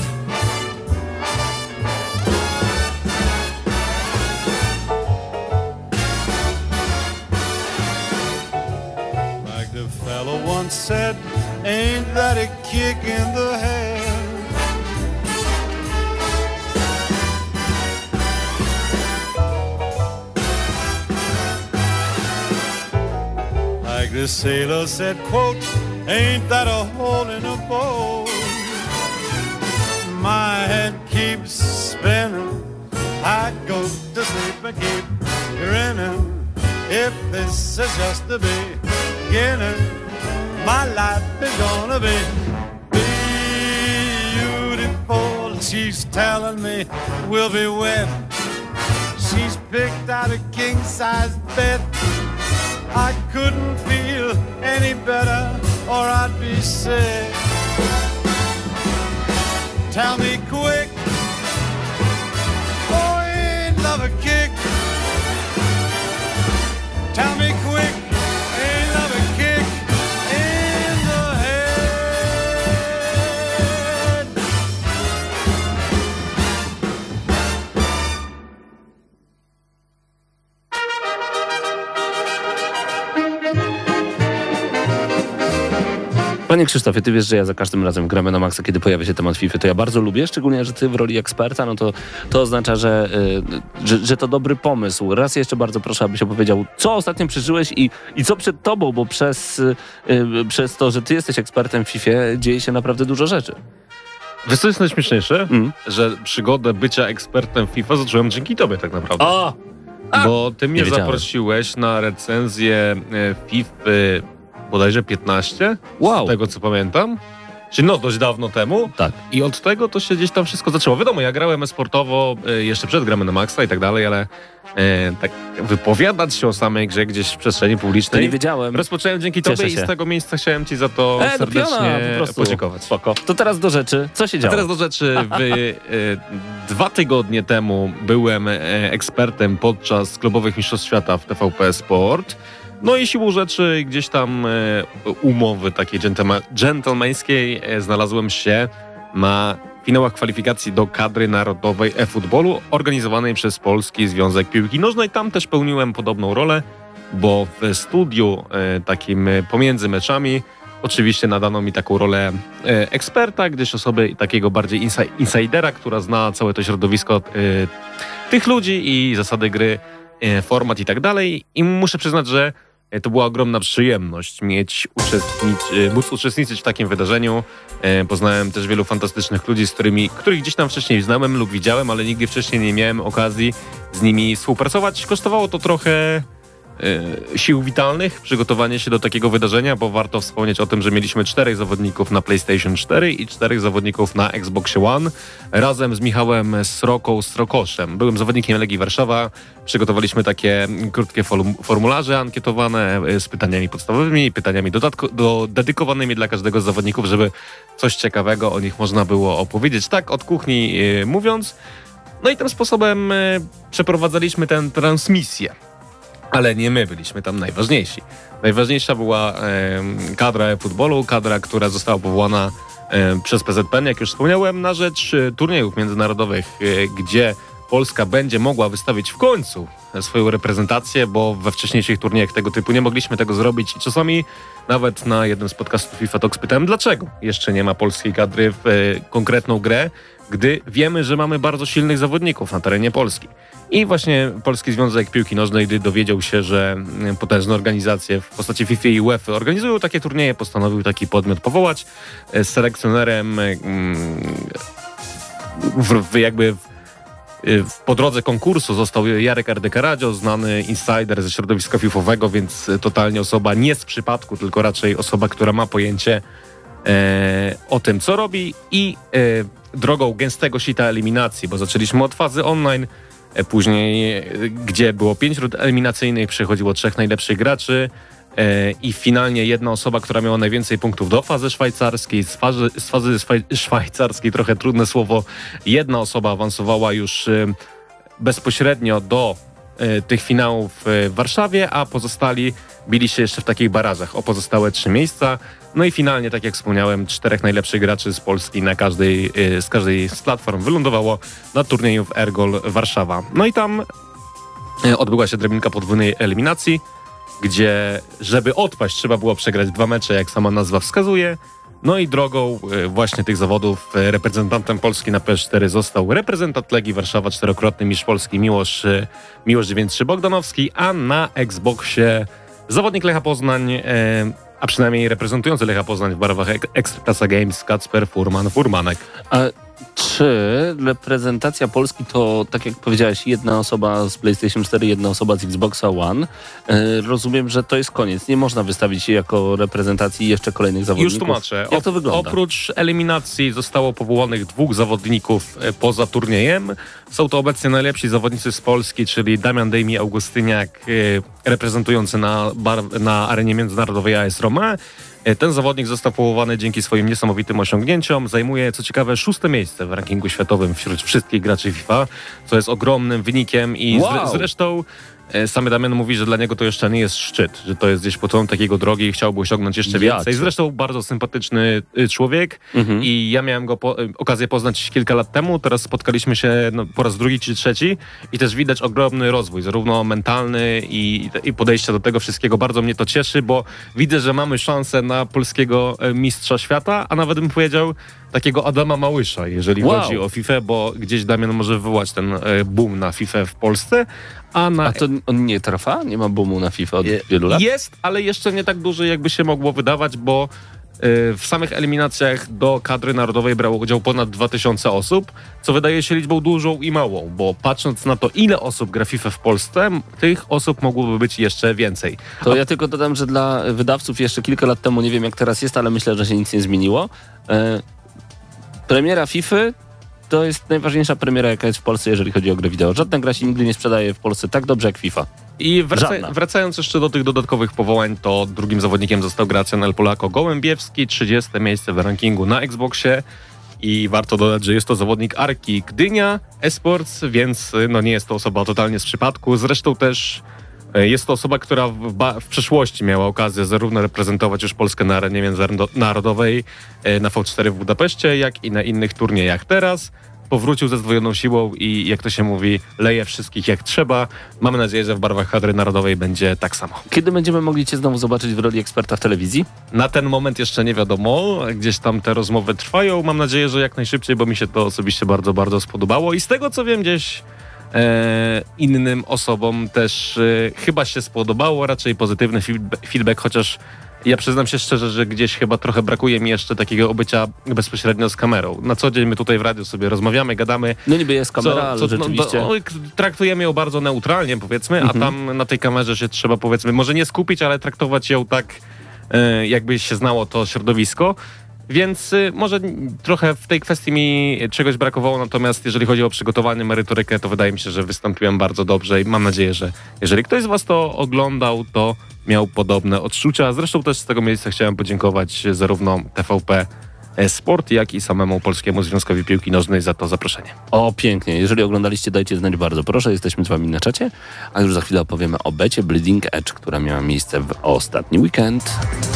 Like the fella once said, ain't that a kick in the head? Like the sailor said, quote, ain't that a hole in a boat? My head keeps spinning, I go to sleep and keep grinning. If this is just the beginning, my life is gonna be beautiful. She's telling me we'll be wed. She's picked out a king-size bed. I couldn't feel any better or I'd be sick. Tell me quick, oh, ain't love a kick? Tell me quick, ain't love a kick in the head? Panie Krzysztofie, ty wiesz, że ja za każdym razem gramy na maksa, kiedy pojawia się temat FIFA, to ja bardzo lubię, szczególnie, że ty w roli eksperta, no to oznacza, że to dobry pomysł. Raz jeszcze bardzo proszę, abyś opowiedział, co ostatnio przeżyłeś i co przed tobą, bo przez to, że ty jesteś ekspertem w FIFA, dzieje się naprawdę dużo rzeczy. Wiesz, co jest najśmieszniejsze? Że przygodę bycia ekspertem FIFA zacząłem dzięki tobie tak naprawdę. Bo ty mnie zaprosiłeś na recenzję FIFA bodajże 15, z tego co pamiętam. Czyli dość dawno temu. Tak. I od tego to się gdzieś tam wszystko zaczęło. Wiadomo, ja grałem e-sportowo jeszcze przed gramy na maksa i tak dalej, ale tak wypowiadać się o samej grze gdzieś w przestrzeni publicznej. To nie wiedziałem. Rozpocząłem dzięki tobie i z tego miejsca chciałem ci za to serdecznie podziękować. Spoko. To teraz do rzeczy. Co się działo? A teraz do rzeczy. 2 tygodnie temu byłem ekspertem podczas klubowych mistrzostw świata w TVP Sport. No i siłą rzeczy gdzieś tam umowy takiej dżentelmeńskiej znalazłem się na finałach kwalifikacji do kadry narodowej e-futbolu organizowanej przez Polski Związek Piłki Nożnej. Tam też pełniłem podobną rolę, bo w studiu takim pomiędzy meczami oczywiście nadano mi taką rolę eksperta, gdyż osoby takiego bardziej insidera, która zna całe to środowisko tych ludzi i zasady gry, format i tak dalej. I muszę przyznać, że to była ogromna przyjemność móc uczestniczyć w takim wydarzeniu. Poznałem też wielu fantastycznych ludzi, których gdzieś tam wcześniej znałem lub widziałem, ale nigdy wcześniej nie miałem okazji z nimi współpracować. Kosztowało to trochę sił witalnych, przygotowanie się do takiego wydarzenia, bo warto wspomnieć o tym, że mieliśmy 4 zawodników na PlayStation 4 i 4 zawodników na Xbox One, razem z Michałem Srokoszem. Byłem zawodnikiem Legii Warszawa, przygotowaliśmy takie krótkie formularze ankietowane z pytaniami podstawowymi, pytaniami dedykowanymi dla każdego z zawodników, żeby coś ciekawego o nich można było opowiedzieć, tak od kuchni mówiąc. No i tym sposobem przeprowadzaliśmy tę transmisję. Ale nie my byliśmy tam najważniejsi. Najważniejsza była kadra e-futbolu, kadra, która została powołana przez PZPN, jak już wspomniałem, na rzecz turniejów międzynarodowych, gdzie Polska będzie mogła wystawić w końcu swoją reprezentację, bo we wcześniejszych turniejach tego typu nie mogliśmy tego zrobić i czasami nawet na jednym z podcastów FIFA Talks pytałem, dlaczego jeszcze nie ma polskiej kadry w konkretną grę, gdy wiemy, że mamy bardzo silnych zawodników na terenie Polski. I właśnie Polski Związek Piłki Nożnej, gdy dowiedział się, że potężne organizacje w postaci FIFA i UEFA organizują takie turnieje, postanowił taki podmiot powołać. Z selekcjonerem po drodze konkursu został Jarek Ardekaradio, znany insider ze środowiska fifowego, więc totalnie osoba nie z przypadku, tylko raczej osoba, która ma pojęcie o tym, co robi i drogą gęstego sita eliminacji, bo zaczęliśmy od fazy online, później, gdzie było 5 rund eliminacyjnych, przechodziło 3 najlepszych graczy i finalnie jedna osoba, która miała najwięcej punktów do fazy szwajcarskiej. Z fazy szwajcarskiej, trochę trudne słowo, jedna osoba awansowała już bezpośrednio do tych finałów w Warszawie, a pozostali bili się jeszcze w takich barażach o pozostałe 3 miejsca. No i finalnie, tak jak wspomniałem, 4 najlepszych graczy z Polski z każdej z platform wylądowało na turnieju w Ergol Warszawa. No i tam odbyła się drabinka podwójnej eliminacji, gdzie żeby odpaść trzeba było przegrać 2 mecze, jak sama nazwa wskazuje. No i drogą właśnie tych zawodów reprezentantem Polski na PS4 został reprezentant Legii Warszawa, 4-krotny mistrz Polski Miłosz 93 Bogdanowski, a na Xboxie zawodnik Lecha Poznań, a przynajmniej reprezentujący Lecha Poznań w barwach Ekstraklasa Games, Kacper Furmanek. A czy reprezentacja Polski to, tak jak powiedziałeś, jedna osoba z PlayStation 4, jedna osoba z Xboxa One? Rozumiem, że to jest koniec. Nie można wystawić się jako reprezentacji jeszcze kolejnych zawodników. Już tłumaczę. Jak to wygląda? Oprócz eliminacji zostało powołanych 2 zawodników poza turniejem. Są to obecnie najlepsi zawodnicy z Polski, czyli Damian Dejmi Augustyniak, reprezentujący na arenie międzynarodowej AS Roma. Ten zawodnik został powołany dzięki swoim niesamowitym osiągnięciom. Zajmuje, co ciekawe, 6. miejsce w rankingu światowym wśród wszystkich graczy FIFA, co jest ogromnym wynikiem i zresztą sam Damian mówi, że dla niego to jeszcze nie jest szczyt, że to jest gdzieś początek jego drogi i chciałby osiągnąć jeszcze więcej. Zresztą bardzo sympatyczny człowiek i ja miałem go okazję poznać kilka lat temu, teraz spotkaliśmy się po raz 2. czy 3 i też widać ogromny rozwój, zarówno mentalny i podejście do tego wszystkiego. Bardzo mnie to cieszy, bo widzę, że mamy szansę na polskiego mistrza świata, a nawet bym powiedział takiego Adama Małysza, jeżeli chodzi o FIFA, bo gdzieś Damian może wywołać ten boom na FIFA w Polsce. A to on nie trwa? Nie ma boomu na FIFA od wielu lat? Jest, ale jeszcze nie tak duży, jakby się mogło wydawać, bo w samych eliminacjach do kadry narodowej brało udział ponad 2000 osób, co wydaje się liczbą dużą i małą, bo patrząc na to, ile osób gra FIFA w Polsce, tych osób mogłoby być jeszcze więcej. To ja tylko dodam, że dla wydawców jeszcze kilka lat temu, nie wiem jak teraz jest, ale myślę, że się nic nie zmieniło. Premiera FIFA to jest najważniejsza premiera, jaka jest w Polsce, jeżeli chodzi o grę wideo. Żadna gra się nigdy nie sprzedaje w Polsce tak dobrze jak FIFA. I wracając jeszcze do tych dodatkowych powołań, to drugim zawodnikiem został Gracjan El Polako Gołębiewski, 30. miejsce w rankingu na Xboxie. I warto dodać, że jest to zawodnik Arki Gdynia Esports, więc nie jest to osoba totalnie z przypadku. Zresztą też jest to osoba, która w przeszłości miała okazję zarówno reprezentować już Polskę na arenie międzynarodowej na V4 w Budapeszcie, jak i na innych turniejach. Teraz powrócił ze zdwojoną siłą i, jak to się mówi, leje wszystkich jak trzeba. Mamy nadzieję, że w barwach kadry narodowej będzie tak samo. Kiedy będziemy mogli Cię znowu zobaczyć w roli eksperta w telewizji? Na ten moment jeszcze nie wiadomo. Gdzieś tam te rozmowy trwają. Mam nadzieję, że jak najszybciej, bo mi się to osobiście bardzo, bardzo spodobało. I z tego, co wiem, gdzieś innym osobom też chyba się spodobało. Raczej pozytywny feedback, chociaż ja przyznam się szczerze, że gdzieś chyba trochę brakuje mi jeszcze takiego obycia bezpośrednio z kamerą. Na co dzień my tutaj w radiu sobie rozmawiamy, gadamy. No niby jest kamera, ale rzeczywiście... traktujemy ją bardzo neutralnie, powiedzmy, a tam na tej kamerze się trzeba, powiedzmy, może nie skupić, ale traktować ją tak, jakby się znało to środowisko. Więc może trochę w tej kwestii mi czegoś brakowało, natomiast jeżeli chodzi o przygotowanie, merytorykę, to wydaje mi się, że wystąpiłem bardzo dobrze i mam nadzieję, że jeżeli ktoś z Was to oglądał, to miał podobne odczucia. Zresztą też z tego miejsca chciałem podziękować zarówno TVP Sport, jak i samemu Polskiemu Związkowi Piłki Nożnej za to zaproszenie. O, pięknie. Jeżeli oglądaliście, dajcie znać bardzo proszę. Jesteśmy z Wami na czacie, a już za chwilę opowiemy o becie Bleeding Edge, która miała miejsce w ostatni weekend.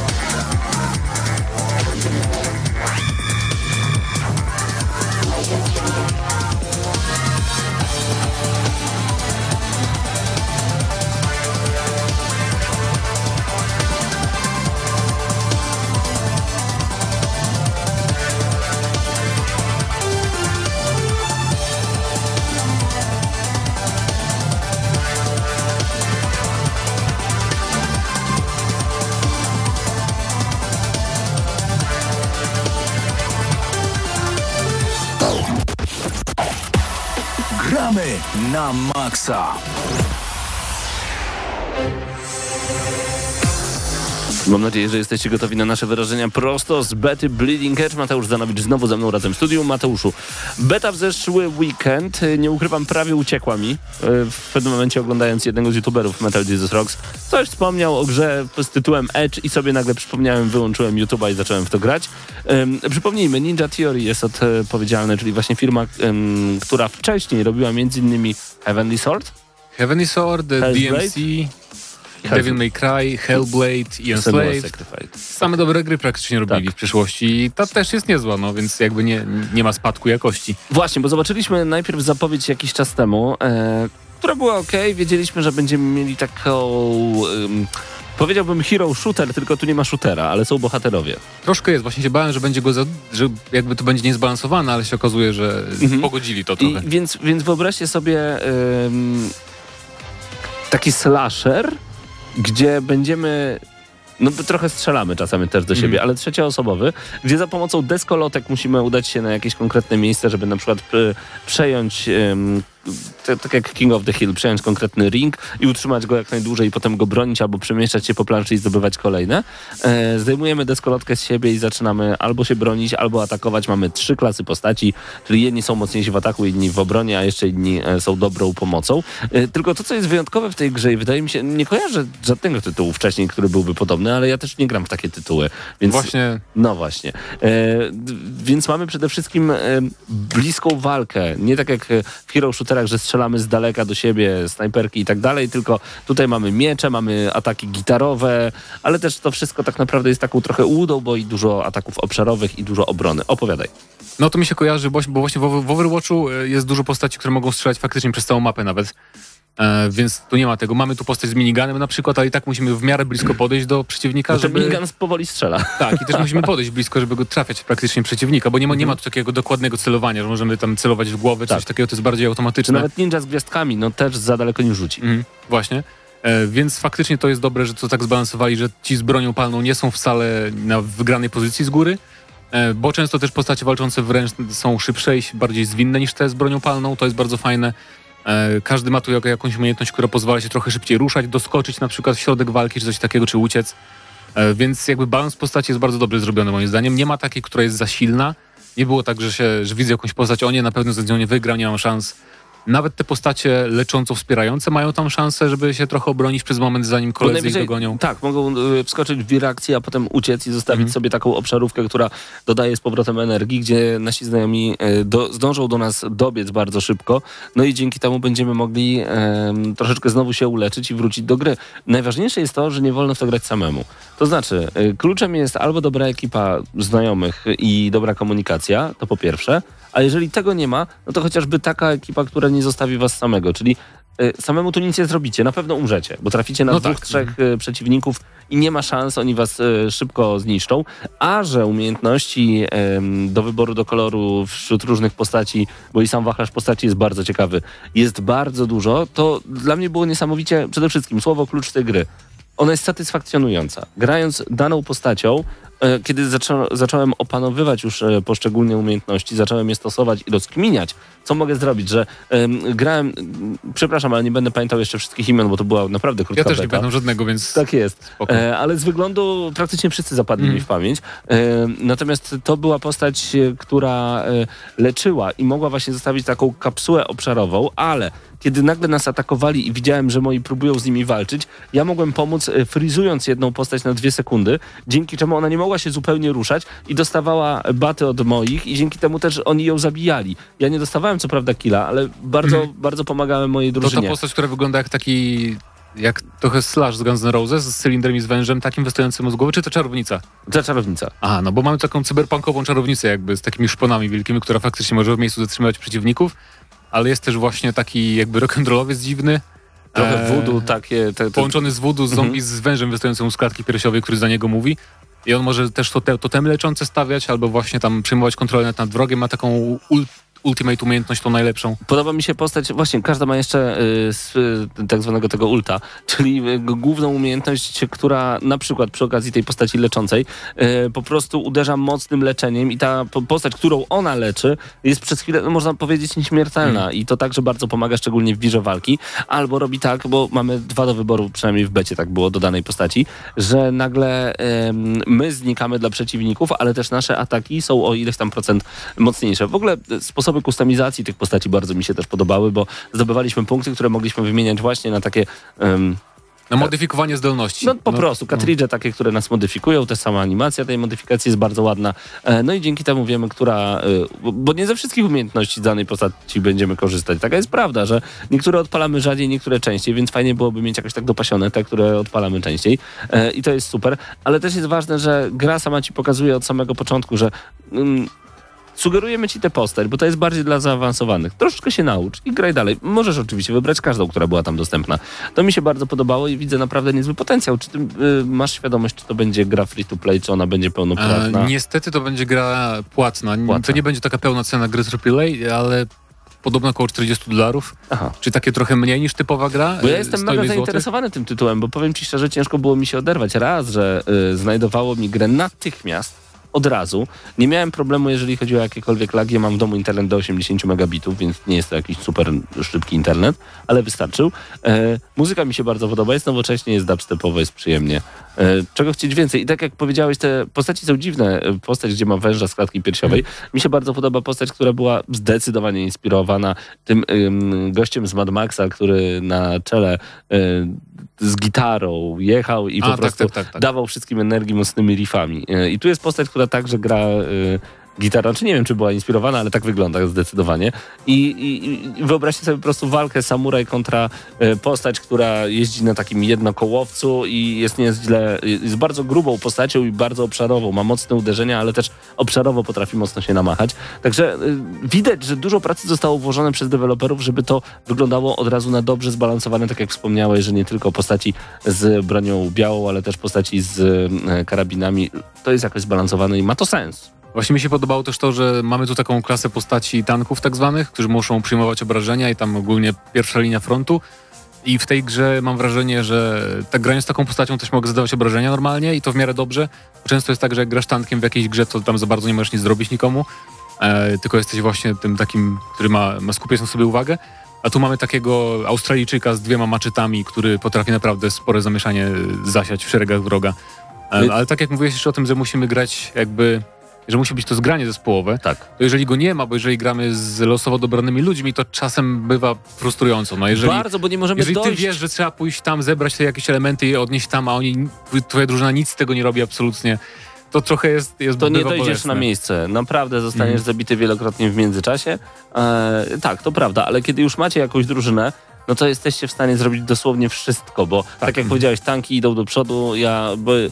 Gramy na maksa. Mam nadzieję, że jesteście gotowi na nasze wyrażenia prosto z bety Bleeding Edge. Mateusz Zanowicz znowu ze mną razem w studiu. Mateuszu, beta w zeszły weekend, nie ukrywam, prawie uciekła mi. W pewnym momencie oglądając jednego z youtuberów Metal Jesus Rocks, coś wspomniał o grze z tytułem Edge i sobie nagle przypomniałem, wyłączyłem YouTube'a i zacząłem w to grać. Przypomnijmy, Ninja Theory jest odpowiedzialny, czyli właśnie firma, która wcześniej robiła m.in. Heavenly Sword, DMC, Devil May Cry, Hellblade i Enslaved. Same dobre gry praktycznie robili w przyszłości i ta też jest niezła, no więc jakby nie ma spadku jakości. Właśnie, bo zobaczyliśmy najpierw zapowiedź jakiś czas temu, która była okej. Wiedzieliśmy, że będziemy mieli taką... powiedziałbym hero shooter, tylko tu nie ma shootera, ale są bohaterowie. Troszkę jest, właśnie się bałem, że będzie że jakby to będzie niezbalansowane, ale się okazuje, że pogodzili to trochę. Więc wyobraźcie sobie taki slasher, gdzie będziemy... No trochę strzelamy czasami też do siebie, ale trzecioosobowy, gdzie za pomocą deskolotek musimy udać się na jakieś konkretne miejsce, żeby na przykład przejąć... tak jak King of the Hill, przejąć konkretny ring i utrzymać go jak najdłużej i potem go bronić albo przemieszczać się po planszy i zdobywać kolejne. Zdejmujemy deskolotkę z siebie i zaczynamy albo się bronić, albo atakować. Mamy 3 klasy postaci, czyli jedni są mocniejsi w ataku, inni w obronie, a jeszcze inni są dobrą pomocą. Tylko to, co jest wyjątkowe w tej grze i wydaje mi się, nie kojarzę żadnego tytułu wcześniej, który byłby podobny, ale ja też nie gram w takie tytuły. Więc, właśnie. No właśnie. Więc mamy przede wszystkim bliską walkę. Nie tak jak w Hero Shooter, że strzelamy z daleka do siebie, snajperki i tak dalej, tylko tutaj mamy miecze, mamy ataki gitarowe, ale też to wszystko tak naprawdę jest taką trochę ułudą, bo i dużo ataków obszarowych i dużo obrony. Opowiadaj. No to mi się kojarzy, bo właśnie w Overwatchu jest dużo postaci, które mogą strzelać faktycznie przez całą mapę nawet. Więc tu nie ma tego. Mamy tu postać z miniganem na przykład, ale i tak musimy w miarę blisko podejść do przeciwnika, żeby... minigun powoli strzela. Tak, i też musimy podejść blisko, żeby go trafiać praktycznie przeciwnika, bo nie ma tu takiego dokładnego celowania, że możemy tam celować w głowę, coś takiego, to jest bardziej automatyczne. Nawet ninja z gwiazdkami, no też za daleko nie rzuci. Właśnie. Więc faktycznie to jest dobre, że to tak zbalansowali, że ci z bronią palną nie są wcale na wygranej pozycji z góry, bo często też postacie walczące wręcz są szybsze i bardziej zwinne niż te z bronią palną, to jest bardzo fajne. Każdy ma tu jakąś umiejętność, która pozwala się trochę szybciej ruszać, doskoczyć na przykład w środek walki, czy coś takiego, czy uciec. Więc jakby balans postaci jest bardzo dobrze zrobiony moim zdaniem. Nie ma takiej, która jest za silna. Nie było tak, że widzę jakąś postać, o nie, na pewno z nią nie wygram, nie mam szans. Nawet te postacie lecząco wspierające mają tam szansę, żeby się trochę obronić przez moment, zanim koledzy ich dogonią. Tak, mogą wskoczyć w reakcję, a potem uciec i zostawić sobie taką obszarówkę, która dodaje z powrotem energii, gdzie nasi znajomi zdążą do nas dobiec bardzo szybko, no i dzięki temu będziemy mogli troszeczkę znowu się uleczyć i wrócić do gry. Najważniejsze jest to, że nie wolno w to grać samemu. To znaczy, kluczem jest albo dobra ekipa znajomych i dobra komunikacja, to po pierwsze, a jeżeli tego nie ma, no to chociażby taka ekipa, która nie zostawi was samego, czyli samemu tu nic nie zrobicie, na pewno umrzecie, bo traficie na 2-3 przeciwników i nie ma szans, oni was szybko zniszczą, a że umiejętności do wyboru do koloru wśród różnych postaci, bo i sam wachlarz postaci jest bardzo ciekawy, jest bardzo dużo, to dla mnie było niesamowicie, przede wszystkim słowo klucz tej gry. Ona jest satysfakcjonująca. Grając daną postacią, kiedy zacząłem opanowywać już poszczególne umiejętności, zacząłem je stosować i rozkminiać, co mogę zrobić, że grałem, przepraszam, ale nie będę pamiętał jeszcze wszystkich imion, bo to była naprawdę krótka beta. Ja też nie pamiętam żadnego, więc... Tak jest. Ale z wyglądu praktycznie wszyscy zapadli mi w pamięć. Natomiast to była postać, która leczyła i mogła właśnie zostawić taką kapsułę obszarową, ale kiedy nagle nas atakowali i widziałem, że moi próbują z nimi walczyć, ja mogłem pomóc frizując jedną postać na 2 sekundy, dzięki czemu ona nie mogła się zupełnie ruszać i dostawała baty od moich i dzięki temu też oni ją zabijali. Ja nie dostawałem co prawda killa, ale bardzo pomagałem mojej drużynie. To ta postać, która wygląda jak trochę Slash z Guns N' Roses z cylindrem i z wężem takim wystającym z głowy, czy to czarownica? To czarownica. Aha, no bo mamy taką cyberpunkową czarownicę jakby z takimi szponami wielkimi, która faktycznie może w miejscu zatrzymywać przeciwników, ale jest też właśnie taki jakby rock'n'rollowiec dziwny. Trochę voodoo takie. Połączony z voodoo, z zombie z wężem wystającym z klatki piersiowej, który za niego mówi. I on może też totemy leczące stawiać, albo właśnie tam przejmować kontrolę nad wrogiem. Ma taką ultimate umiejętność tą najlepszą. Podoba mi się postać, właśnie każda ma jeszcze tak zwanego tego ulta, czyli główną umiejętność, która na przykład przy okazji tej postaci leczącej po prostu uderza mocnym leczeniem i ta postać, którą ona leczy, jest przez chwilę, można powiedzieć, nieśmiertelna i to także bardzo pomaga, szczególnie w wirze walki, albo robi tak, bo mamy 2 do wyboru, przynajmniej w becie tak było do danej postaci, że nagle my znikamy dla przeciwników, ale też nasze ataki są o ileś tam procent mocniejsze. W ogóle sposoby kustomizacji tych postaci bardzo mi się też podobały, bo zdobywaliśmy punkty, które mogliśmy wymieniać właśnie na takie... Na modyfikowanie zdolności. No po prostu, kartridże takie, które nas modyfikują, też sama animacja tej modyfikacji jest bardzo ładna. No i dzięki temu wiemy, która... Bo nie ze wszystkich umiejętności z danej postaci będziemy korzystać. Taka jest prawda, że niektóre odpalamy rzadziej, niektóre częściej, więc fajnie byłoby mieć jakoś tak dopasione te, które odpalamy częściej. I to jest super. Ale też jest ważne, że gra sama ci pokazuje od samego początku, że... Sugerujemy ci tę postać, bo to jest bardziej dla zaawansowanych. Troszeczkę się naucz i graj dalej. Możesz oczywiście wybrać każdą, która była tam dostępna. To mi się bardzo podobało i widzę naprawdę niezły potencjał. Czy ty masz świadomość, czy to będzie gra free to play, czy ona będzie pełnopłatna? Niestety to będzie gra płatna. To nie będzie taka pełna cena gry AAA, ale podobno około $40. Aha. Czy takie trochę mniej niż typowa gra. Bo ja jestem mega zainteresowany tym tytułem, bo powiem ci szczerze, ciężko było mi się oderwać. Raz, że znajdowało mi grę natychmiast, od razu. Nie miałem problemu, jeżeli chodzi o jakiekolwiek lagi. Ja mam w domu internet do 80 megabitów, więc nie jest to jakiś super szybki internet, ale wystarczył. Muzyka mi się bardzo podoba, jest nowocześnie, jest dubstepowo, jest przyjemnie. Czego chcieć więcej? I tak jak powiedziałeś, te postaci są dziwne. Postać, gdzie ma węża z klatki piersiowej. Mi się bardzo podoba postać, która była zdecydowanie inspirowana tym gościem z Mad Maxa, który na czele z gitarą jechał i po prostu dawał wszystkim energii mocnymi riffami. I tu jest postać, która także gra gitarą, czy nie wiem, czy była inspirowana, ale tak wygląda zdecydowanie. I wyobraźcie sobie po prostu walkę samuraj kontra postać, która jeździ na takim jednokołowcu i jest niezwykle, jest bardzo grubą postacią i bardzo obszarową. Ma mocne uderzenia, ale też obszarowo potrafi mocno się namachać. Także widać, że dużo pracy zostało włożone przez deweloperów, żeby to wyglądało od razu na dobrze zbalansowane, tak jak wspomniałeś, że nie tylko postaci z bronią białą, ale też postaci z karabinami. To jest jakoś zbalansowane i ma to sens. Właśnie mi się podobało też to, że mamy tu taką klasę postaci tanków tak zwanych, którzy muszą przyjmować obrażenia i tam ogólnie pierwsza linia frontu. I w tej grze mam wrażenie, że tak grając z taką postacią też mogę zadawać obrażenia normalnie i to w miarę dobrze. Często jest tak, że jak grasz tankiem w jakiejś grze, to tam za bardzo nie możesz nic zrobić nikomu, tylko jesteś właśnie tym takim, który ma skupiać na sobie uwagę. A tu mamy takiego Australijczyka z 2 maczetami, który potrafi naprawdę spore zamieszanie zasiać w szeregach wroga. Ale tak jak mówiłeś jeszcze o tym, że musimy grać jakby... że musi być to zgranie zespołowe, tak. To jeżeli go nie ma, bo jeżeli gramy z losowo dobranymi ludźmi, to czasem bywa frustrująco. No jeżeli, bardzo, bo nie możemy jeżeli dojść. ty wiesz, że trzeba pójść tam, zebrać te jakieś elementy i odnieść tam, a twoja drużyna nic z tego nie robi absolutnie, to trochę jest to nie dojdziesz bolesne. na miejsce. Naprawdę zostaniesz zabity wielokrotnie w międzyczasie. Tak, to prawda, ale kiedy już macie jakąś drużynę, no to jesteście w stanie zrobić dosłownie wszystko, bo tak jak powiedziałeś, tanki idą do przodu, ja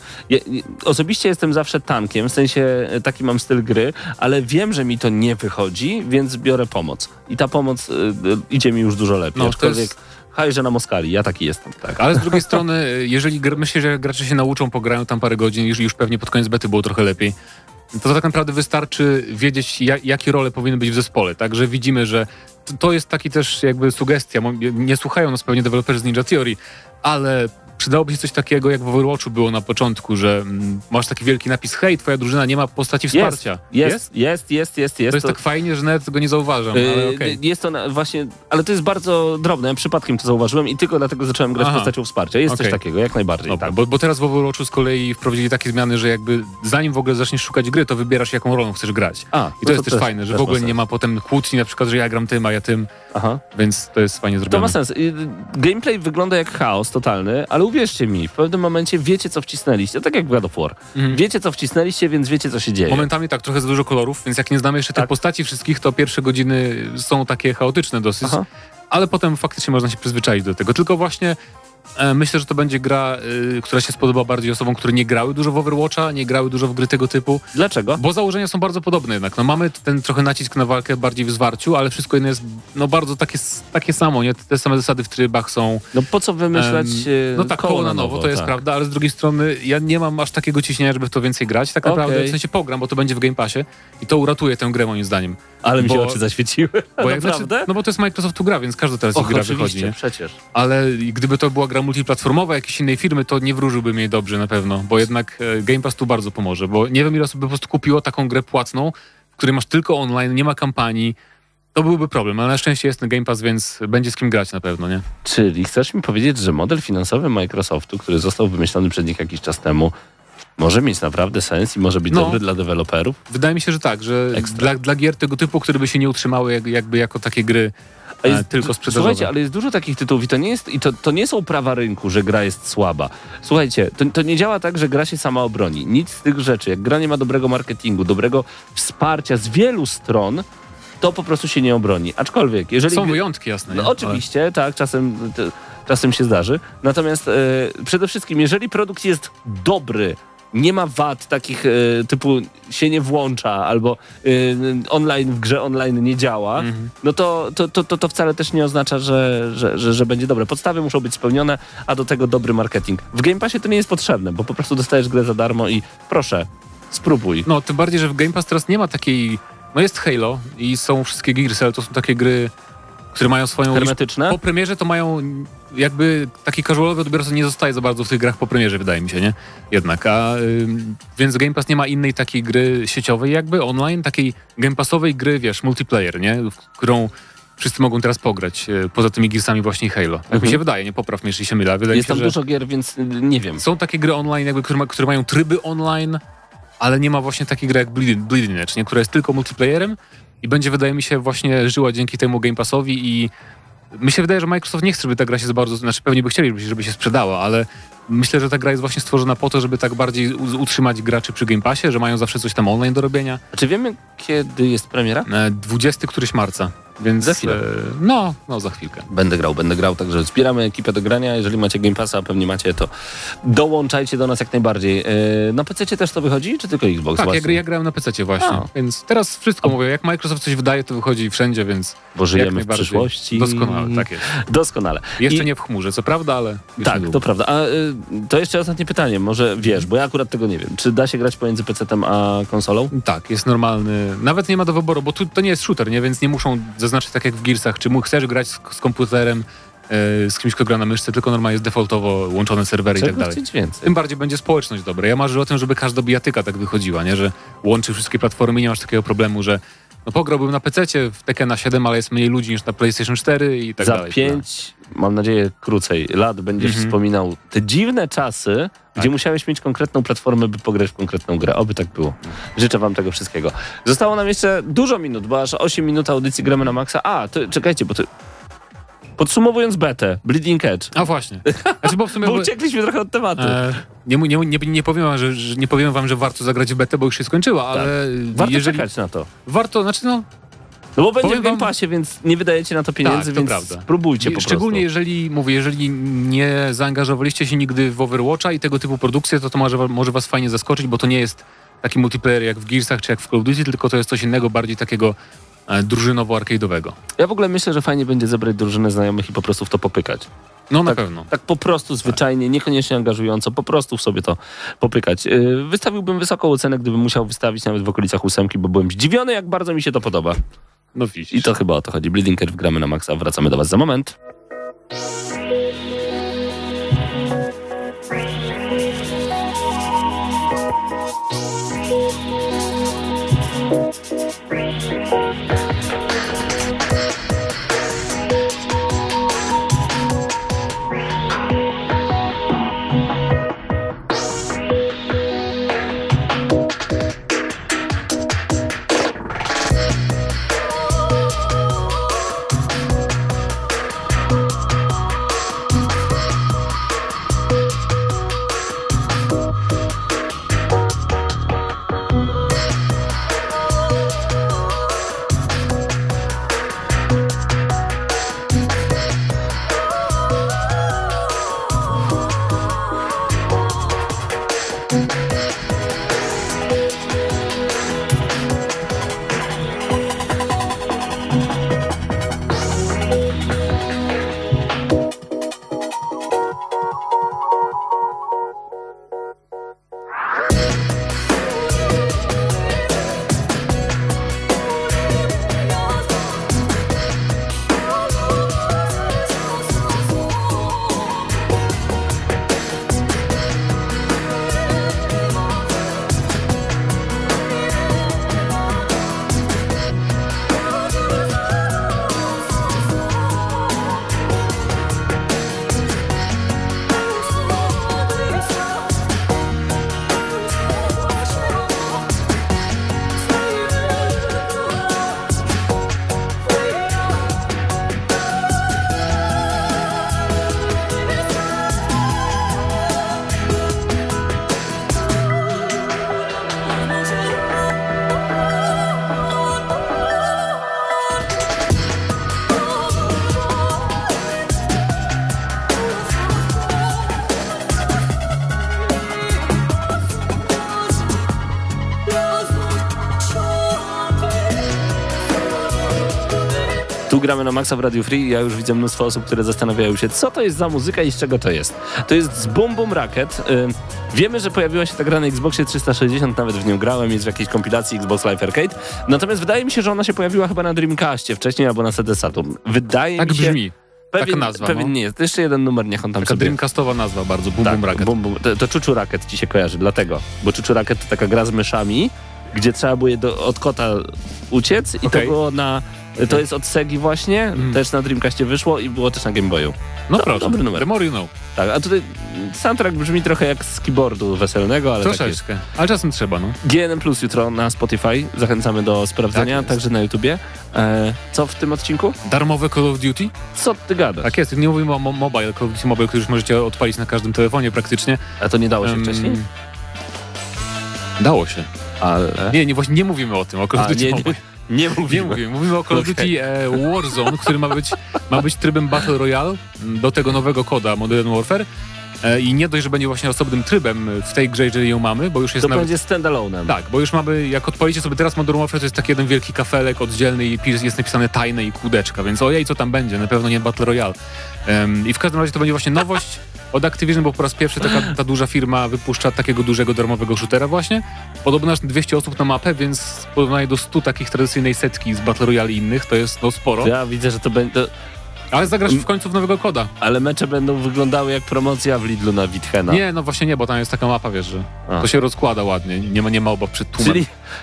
osobiście jestem zawsze tankiem, w sensie taki mam styl gry, ale wiem, że mi to nie wychodzi, więc biorę pomoc. I ta pomoc idzie mi już dużo lepiej. No, aczkolwiek hajże na Moskali, ja taki jestem. Tak. Ale z drugiej strony, jeżeli myślę, że gracze się nauczą, pograją tam parę godzin, już pewnie pod koniec bety było trochę lepiej, to tak naprawdę wystarczy wiedzieć, jakie role powinny być w zespole. Także widzimy, że to jest taki też jakby sugestia. Nie słuchają nas pewnie deweloperzy z Ninja Theory, ale przydałoby się coś takiego, jak w Overwatchu było na początku, że masz taki wielki napis: hej, twoja drużyna nie ma postaci wsparcia. Jest. To jest tak fajnie, że nawet tego nie zauważam, ale okej. Jest to właśnie, ale to jest bardzo drobne. Ja przypadkiem to zauważyłem i tylko dlatego zacząłem grać postacią wsparcia. Jest coś takiego, jak najbardziej. Dobra, tak. bo teraz w Overwatchu z kolei wprowadzili takie zmiany, że jakby zanim w ogóle zaczniesz szukać gry, to wybierasz, jaką rolą chcesz grać. I to jest też fajne, że w ogóle nie ma potem kłótni, na przykład, że ja gram tym, a ja tym. Więc to jest fajnie zrobione. To ma sens. Gameplay wygląda jak chaos totalny, ale uwierzcie mi, w pewnym momencie wiecie, co wcisnęliście. Tak jak w God of War. Wiecie, co wcisnęliście, więc wiecie, co się dzieje. Momentami tak, trochę za dużo kolorów, więc jak nie znamy jeszcze tych postaci wszystkich, to pierwsze godziny są takie chaotyczne dosyć, ale potem faktycznie można się przyzwyczaić do tego. Tylko właśnie Myślę, że to będzie gra, która się spodoba bardziej osobom, które nie grały dużo w Overwatcha, nie grały dużo w gry tego typu. Dlaczego? Bo założenia są bardzo podobne jednak. No, mamy ten trochę nacisk na walkę bardziej w zwarciu, ale wszystko inne jest bardzo takie samo, nie? Te same zasady w trybach są. No po co wymyślać no tak, koło na nowo, to jest prawda, ale z drugiej strony ja nie mam aż takiego ciśnienia, żeby w to więcej grać. Tak naprawdę w sensie pogram, bo to będzie w Game Passie i to uratuje tę grę moim zdaniem. Ale mi się oczy zaświeciły. Bo jak no bo to jest Microsoftu gra, więc każda teraz gra wychodzi. Nie? Przecież. Ale gdyby to była gra multiplatformowa jakiejś innej firmy, to nie wróżyłbym jej dobrze na pewno, bo jednak Game Pass tu bardzo pomoże, bo nie wiem ile osób by po prostu kupiło taką grę płatną, w której masz tylko online, nie ma kampanii. To byłby problem, ale na szczęście jest ten Game Pass, więc będzie z kim grać na pewno, nie? Czyli chcesz mi powiedzieć, że model finansowy Microsoftu, który został wymyślony przez nich jakiś czas temu, może mieć naprawdę sens i może być dobry dla deweloperów? Wydaje mi się, że tak, że dla gier tego typu, które by się nie utrzymały jakby jako takie gry tylko sprzedażowe. Słuchajcie, ale jest dużo takich tytułów i to nie są prawa rynku, że gra jest słaba. Słuchajcie, to nie działa tak, że gra się sama obroni. Nic z tych rzeczy. Jak gra nie ma dobrego marketingu, dobrego wsparcia z wielu stron, to po prostu się nie obroni. Aczkolwiek, jeżeli... Są wyjątki, jasne. No, oczywiście, tak, czasem się zdarzy. Natomiast przede wszystkim, jeżeli produkt jest dobry, nie ma wad takich typu się nie włącza albo online w grze online nie działa, no to wcale też nie oznacza, że będzie dobre. Podstawy muszą być spełnione, a do tego dobry marketing. W Game Passie to nie jest potrzebne, bo po prostu dostajesz grę za darmo i proszę, spróbuj. No, tym bardziej, że w Game Pass teraz nie ma takiej... No jest Halo i są wszystkie Gearsy, ale to są takie gry, które mają swoją... Hermetyczne? Po premierze to mają jakby taki casualowy odbiorca nie zostaje za bardzo w tych grach po premierze, wydaje mi się, nie? Jednak, więc Game Pass nie ma innej takiej gry sieciowej jakby, online, takiej Game Passowej gry, wiesz, multiplayer, nie? W którą wszyscy mogą teraz pograć, poza tymi Gearsami właśnie Halo. Tak mi się wydaje, nie popraw mnie, jeśli się mylę. Wydaje jest mi się, tam dużo gier, więc nie wiem. Są takie gry online, jakby, które mają tryby online, ale nie ma właśnie takiej gry jak Bleeding Edge, nie? Która jest tylko multiplayerem i będzie, wydaje mi się, właśnie żyła dzięki temu Game Passowi i mi się wydaje, że Microsoft nie chce, żeby ta gra się za bardzo, znaczy pewnie by chcieli, żeby się sprzedała, ale myślę, że ta gra jest właśnie stworzona po to, żeby tak bardziej utrzymać graczy przy Game Passie, że mają zawsze coś tam online do robienia. A czy wiemy, kiedy jest premiera? 20 któryś marca. Więc za chwilę. No, za chwilkę. Będę grał, także wspieramy ekipę do grania. Jeżeli macie Game Passa, a pewnie macie, to dołączajcie do nas jak najbardziej. Na PC też to wychodzi, czy tylko Xbox? Tak, ja grałem na PC właśnie. Więc teraz wszystko mówię, jak Microsoft coś wydaje, to wychodzi wszędzie, więc bo żyjemy w przyszłości. Doskonale, tak jest. Doskonale. Jeszcze nie w chmurze, co prawda, ale... Tak, to prawda. A to jeszcze ostatnie pytanie, może wiesz, bo ja akurat tego nie wiem. Czy da się grać pomiędzy PC-tem a konsolą? Tak, jest normalny. Nawet nie ma do wyboru, bo tu to nie jest shooter, nie? Więc nie muszą zaznaczyć tak jak w Gearsach, czy chcesz grać z komputerem, z kimś, kto gra na myszce, tylko normalnie jest defaultowo łączone serwery i tak dalej. Tym bardziej będzie społeczność dobra. Ja marzę o tym, żeby każda bijatyka tak wychodziła, nie? Że łączy wszystkie platformy i nie masz takiego problemu, że no pograłbym na PC-cie w Tekkena 7, ale jest mniej ludzi niż na PlayStation 4 i tak dalej. Za 5, mam nadzieję krócej, lat będziesz wspominał te dziwne czasy, gdzie musiałeś mieć konkretną platformę, by pograć w konkretną grę. Oby tak było. Życzę wam tego wszystkiego. Zostało nam jeszcze dużo minut, bo aż 8 minut audycji Gramy na Maxa. Czekajcie, bo podsumowując betę, Bleeding Edge. A właśnie. Znaczy, bo w sumie, bo uciekliśmy trochę od tematu. Nie powiem wam, że warto zagrać w betę, bo już się skończyła, ale warto czekać na to. Warto, No bo będzie w Game Passie, więc nie wydajecie na to pieniędzy, tak, więc prawda. spróbujcie po prostu. Szczególnie jeżeli nie zaangażowaliście się nigdy w Overwatcha i tego typu produkcje, to może was fajnie zaskoczyć, bo to nie jest taki multiplayer jak w Gearsach czy jak w Call of Duty, tylko to jest coś innego, bardziej takiego drużynowo-arcade'owego. Ja w ogóle myślę, że fajnie będzie zebrać drużynę znajomych i po prostu w to popykać. No na pewno. Tak po prostu zwyczajnie, niekoniecznie angażująco, po prostu w sobie to popykać. Wystawiłbym wysoką ocenę, gdybym musiał wystawić nawet w okolicach 8, bo byłem zdziwiony, jak bardzo mi się to podoba. No widzisz. I to chyba o to chodzi. Bleeding Edge, Gramy na Maxa. Wracamy do was za moment. Tu gramy na Maxa w Radio Free. Ja już widzę mnóstwo osób, które zastanawiają się, co to jest za muzyka i z czego to jest. To jest z Boom Boom Rocket. Wiemy, że pojawiła się ta gra na Xboxie 360, nawet w nią grałem, jest w jakiejś kompilacji Xbox Live Arcade. Natomiast wydaje mi się, że ona się pojawiła chyba na Dreamcastie wcześniej albo na CD Saturn. Wydaje Tak mi się... brzmi. Taka nazwa, Pewien nie jest. Jeszcze jeden numer, niech on tam Taka sobie... dreamcastowa nazwa bardzo, Boom Boom Rocket. Boom, boom. To Chuchu Rocket ci się kojarzy, dlatego. Bo Chuchu Rocket to taka gra z myszami, gdzie trzeba było od kota uciec i to było na... To jest od Segi właśnie, też na Dreamcastie wyszło i było też na Game Boyu. No proszę, dobry numer. The more you know. Tak, a tutaj soundtrack brzmi trochę jak z keyboardu weselnego, ale Troszeczkę, ale czasem trzeba, no. GNM Plus jutro na Spotify, zachęcamy do sprawdzenia, Tak jest. także na YouTubie. Co w tym odcinku? Darmowe Call of Duty? Co ty gadasz? Tak jest, nie mówimy o mobile, Call of Duty Mobile, który już możecie odpalić na każdym telefonie praktycznie. A to nie dało się wcześniej? Dało się. Ale... Właśnie nie mówimy o tym, o Call of Duty Mobile. Nie mówimy. Mówimy o Call of Duty Warzone, który ma być trybem Battle Royale do tego nowego koda Modern Warfare. I nie dość, że będzie właśnie osobnym trybem w tej grze, jeżeli ją mamy, bo już jest to będzie standalone'em. Tak, bo już mamy, jak odpalicie sobie teraz Modern Warfare, to jest taki jeden wielki kafelek oddzielny i jest napisane tajne i kółdeczka, więc ojej, co tam będzie? Na pewno nie Battle Royale. I w każdym razie to będzie właśnie nowość od Activision, bo po raz pierwszy ta duża firma wypuszcza takiego dużego darmowego shootera właśnie. Podobno aż 200 osób na mapę, więc w porównaniu do 100 takich tradycyjnej setki z Battle Royale i innych, to jest sporo. Ja widzę, że to będzie... Ale zagrasz w końcu w nowego koda. Ale mecze będą wyglądały jak promocja w Lidlu na Witchena. Nie, no właśnie nie, bo tam jest taka mapa, wiesz, że to się rozkłada ładnie, nie ma obaw przed tłumem. Czyli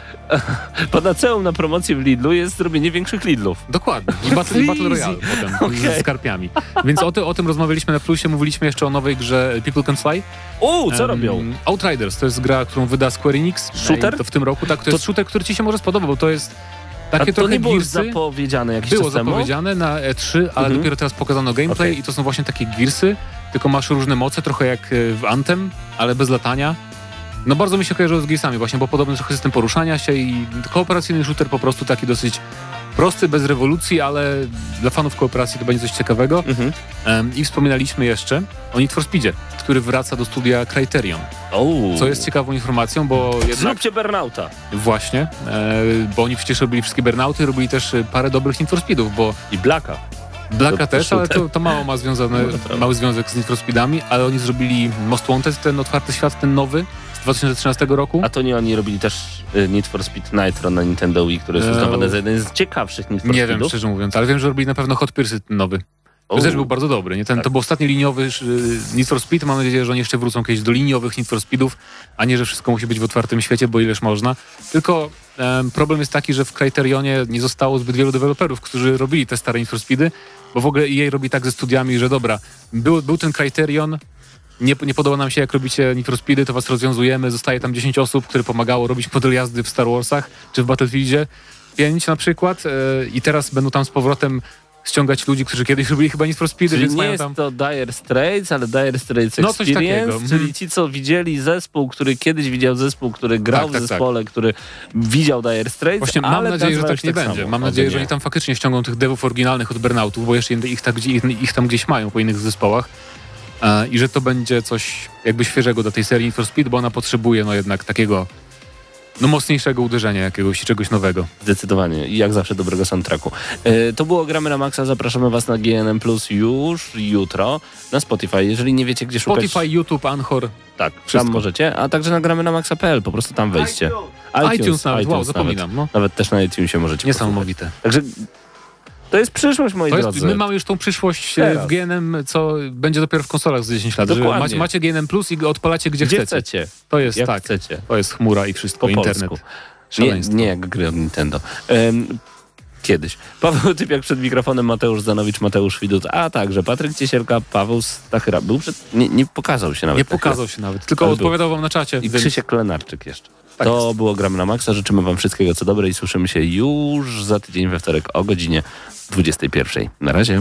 panaceum na promocji w Lidlu jest zrobienie większych Lidlów. Dokładnie. I Battle Royale potem ze skarpiami. Więc o tym rozmawialiśmy na Plusie, mówiliśmy jeszcze o nowej grze People Can Fly. Co robią? Outriders to jest gra, którą wyda Square Enix. Shooter? To w tym roku, tak, to jest shooter, który ci się może spodoba, bo to jest takie to trochę nie było już girsy. zapowiedziane jakiś Było czas temu? zapowiedziane na E3, ale dopiero teraz pokazano gameplay i to są właśnie takie girsy, tylko masz różne moce, trochę jak w Anthem, ale bez latania. No bardzo mi się kojarzyło z Gearsami właśnie, bo podobny trochę system poruszania się i kooperacyjny shooter po prostu taki dosyć prosty, bez rewolucji, ale dla fanów kooperacji to będzie coś ciekawego. I wspominaliśmy jeszcze o Need for Speedzie, który wraca do studia Criterion. Co jest ciekawą informacją, bo jednak... Zróbcie Burnouta. Właśnie, bo oni przecież robili wszystkie Burnouty, robili też parę dobrych Need for Speedów, bo... I Blacka. Blacka też, ale to mało ma mały związek z Need for Speedami, ale oni zrobili Most Wanted, ten otwarty świat, ten nowy, z 2013 roku. A to nie oni robili też Need for Speed Nitro na Nintendo Wii, który jest uznawany za jeden z ciekawszych Need for Speedów? Nie wiem, szczerze mówiąc, ale wiem, że robili na pewno Hot Pursuit nowy. To też był bardzo dobry. Nie? To był ostatni liniowy Need for Speed. Mam nadzieję, że oni jeszcze wrócą kiedyś do liniowych Need for Speedów, a nie, że wszystko musi być w otwartym świecie, bo ileż można. Tylko problem jest taki, że w Criterionie nie zostało zbyt wielu deweloperów, którzy robili te stare Need for Speedy, bo w ogóle EA robi tak ze studiami, że dobra, był ten Criterion, nie podoba nam się, jak robicie Need for Speedy, to was rozwiązujemy. Zostaje tam 10 osób, które pomagało robić model jazdy w Star Warsach, czy w Battlefieldzie 5 na przykład i teraz będą tam z powrotem ściągać ludzi, którzy kiedyś robili chyba Need for Speedy, Czyli więc nie mają jest tam... to Dire Straits, ale Dire Straits No, coś Experience, takiego. czyli ci, co widzieli zespół, który kiedyś widział zespół, który grał Tak, w zespole, który widział Dire Straits, Właśnie mam ale nadzieję, że tak nie samo. będzie. Mam nadzieję, że nie. oni tam faktycznie ściągną tych devów oryginalnych od Burnoutów, bo jeszcze ich tam gdzieś mają po innych zespołach i że to będzie coś jakby świeżego do tej serii Need for Speed, bo ona potrzebuje jednak takiego mocniejszego uderzenia jakiegoś, czegoś nowego. Zdecydowanie. I jak zawsze dobrego soundtracku. To było Gramy na Maxa. Zapraszamy was na GNM Plus już jutro na Spotify. Jeżeli nie wiecie, gdzie szukać... Spotify, YouTube, Anchor. Tak, wszystko. tam możecie. A także na gramy na maxa.pl. Po prostu tam wejście. iTunes nawet, wow, zapominam. No. Nawet też na iTunesie możecie Niesamowite. posłuchać. Także to jest przyszłość, moi drodzy. My mamy już tą przyszłość Teraz. w GNM, co będzie dopiero w konsolach za 10 lat. Dokładnie. Macie GNM Plus i go odpalacie gdzie chcecie. To jest jak tak. chcecie. To jest chmura i wszystko, Po internet. polsku. Szaleństwo. Nie jak gry od Nintendo. Kiedyś. Paweł Typiak przed mikrofonem, Mateusz Zanowicz, Mateusz Widut, a także Patryk Ciesielka, Paweł Stachyra. Nie pokazał się nawet. Nie pokazał się nawet, tylko Ale odpowiadał wam na czacie. I Krzysiek Klenarczyk jeszcze. Tak To jest. było Gramy na Maxa. Życzymy wam wszystkiego co dobre i słyszymy się już za tydzień we wtorek o godzinie 21. Na razie.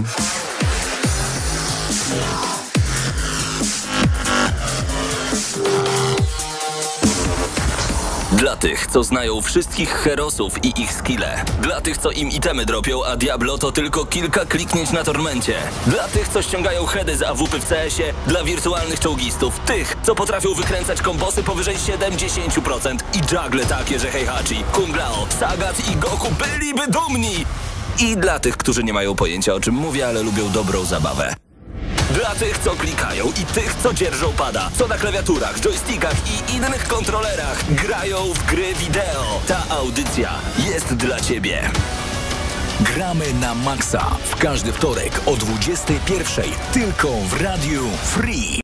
Dla tych, co znają wszystkich herosów i ich skille. Dla tych, co im itemy dropią, a Diablo to tylko kilka kliknięć na tormencie. Dla tych, co ściągają heady z AWP w CS-ie. Dla wirtualnych czołgistów. Tych, co potrafią wykręcać kombosy powyżej 70% i juggle takie, że Heihachi, Kung Lao, Sagat i Goku byliby dumni. I dla tych, którzy nie mają pojęcia, o czym mówię, ale lubią dobrą zabawę. Dla tych, co klikają i tych, co dzierżą pada, co na klawiaturach, joystickach i innych kontrolerach grają w gry wideo. Ta audycja jest dla ciebie. Gramy na maksa w każdy wtorek o 21:00 tylko w Radiu Free.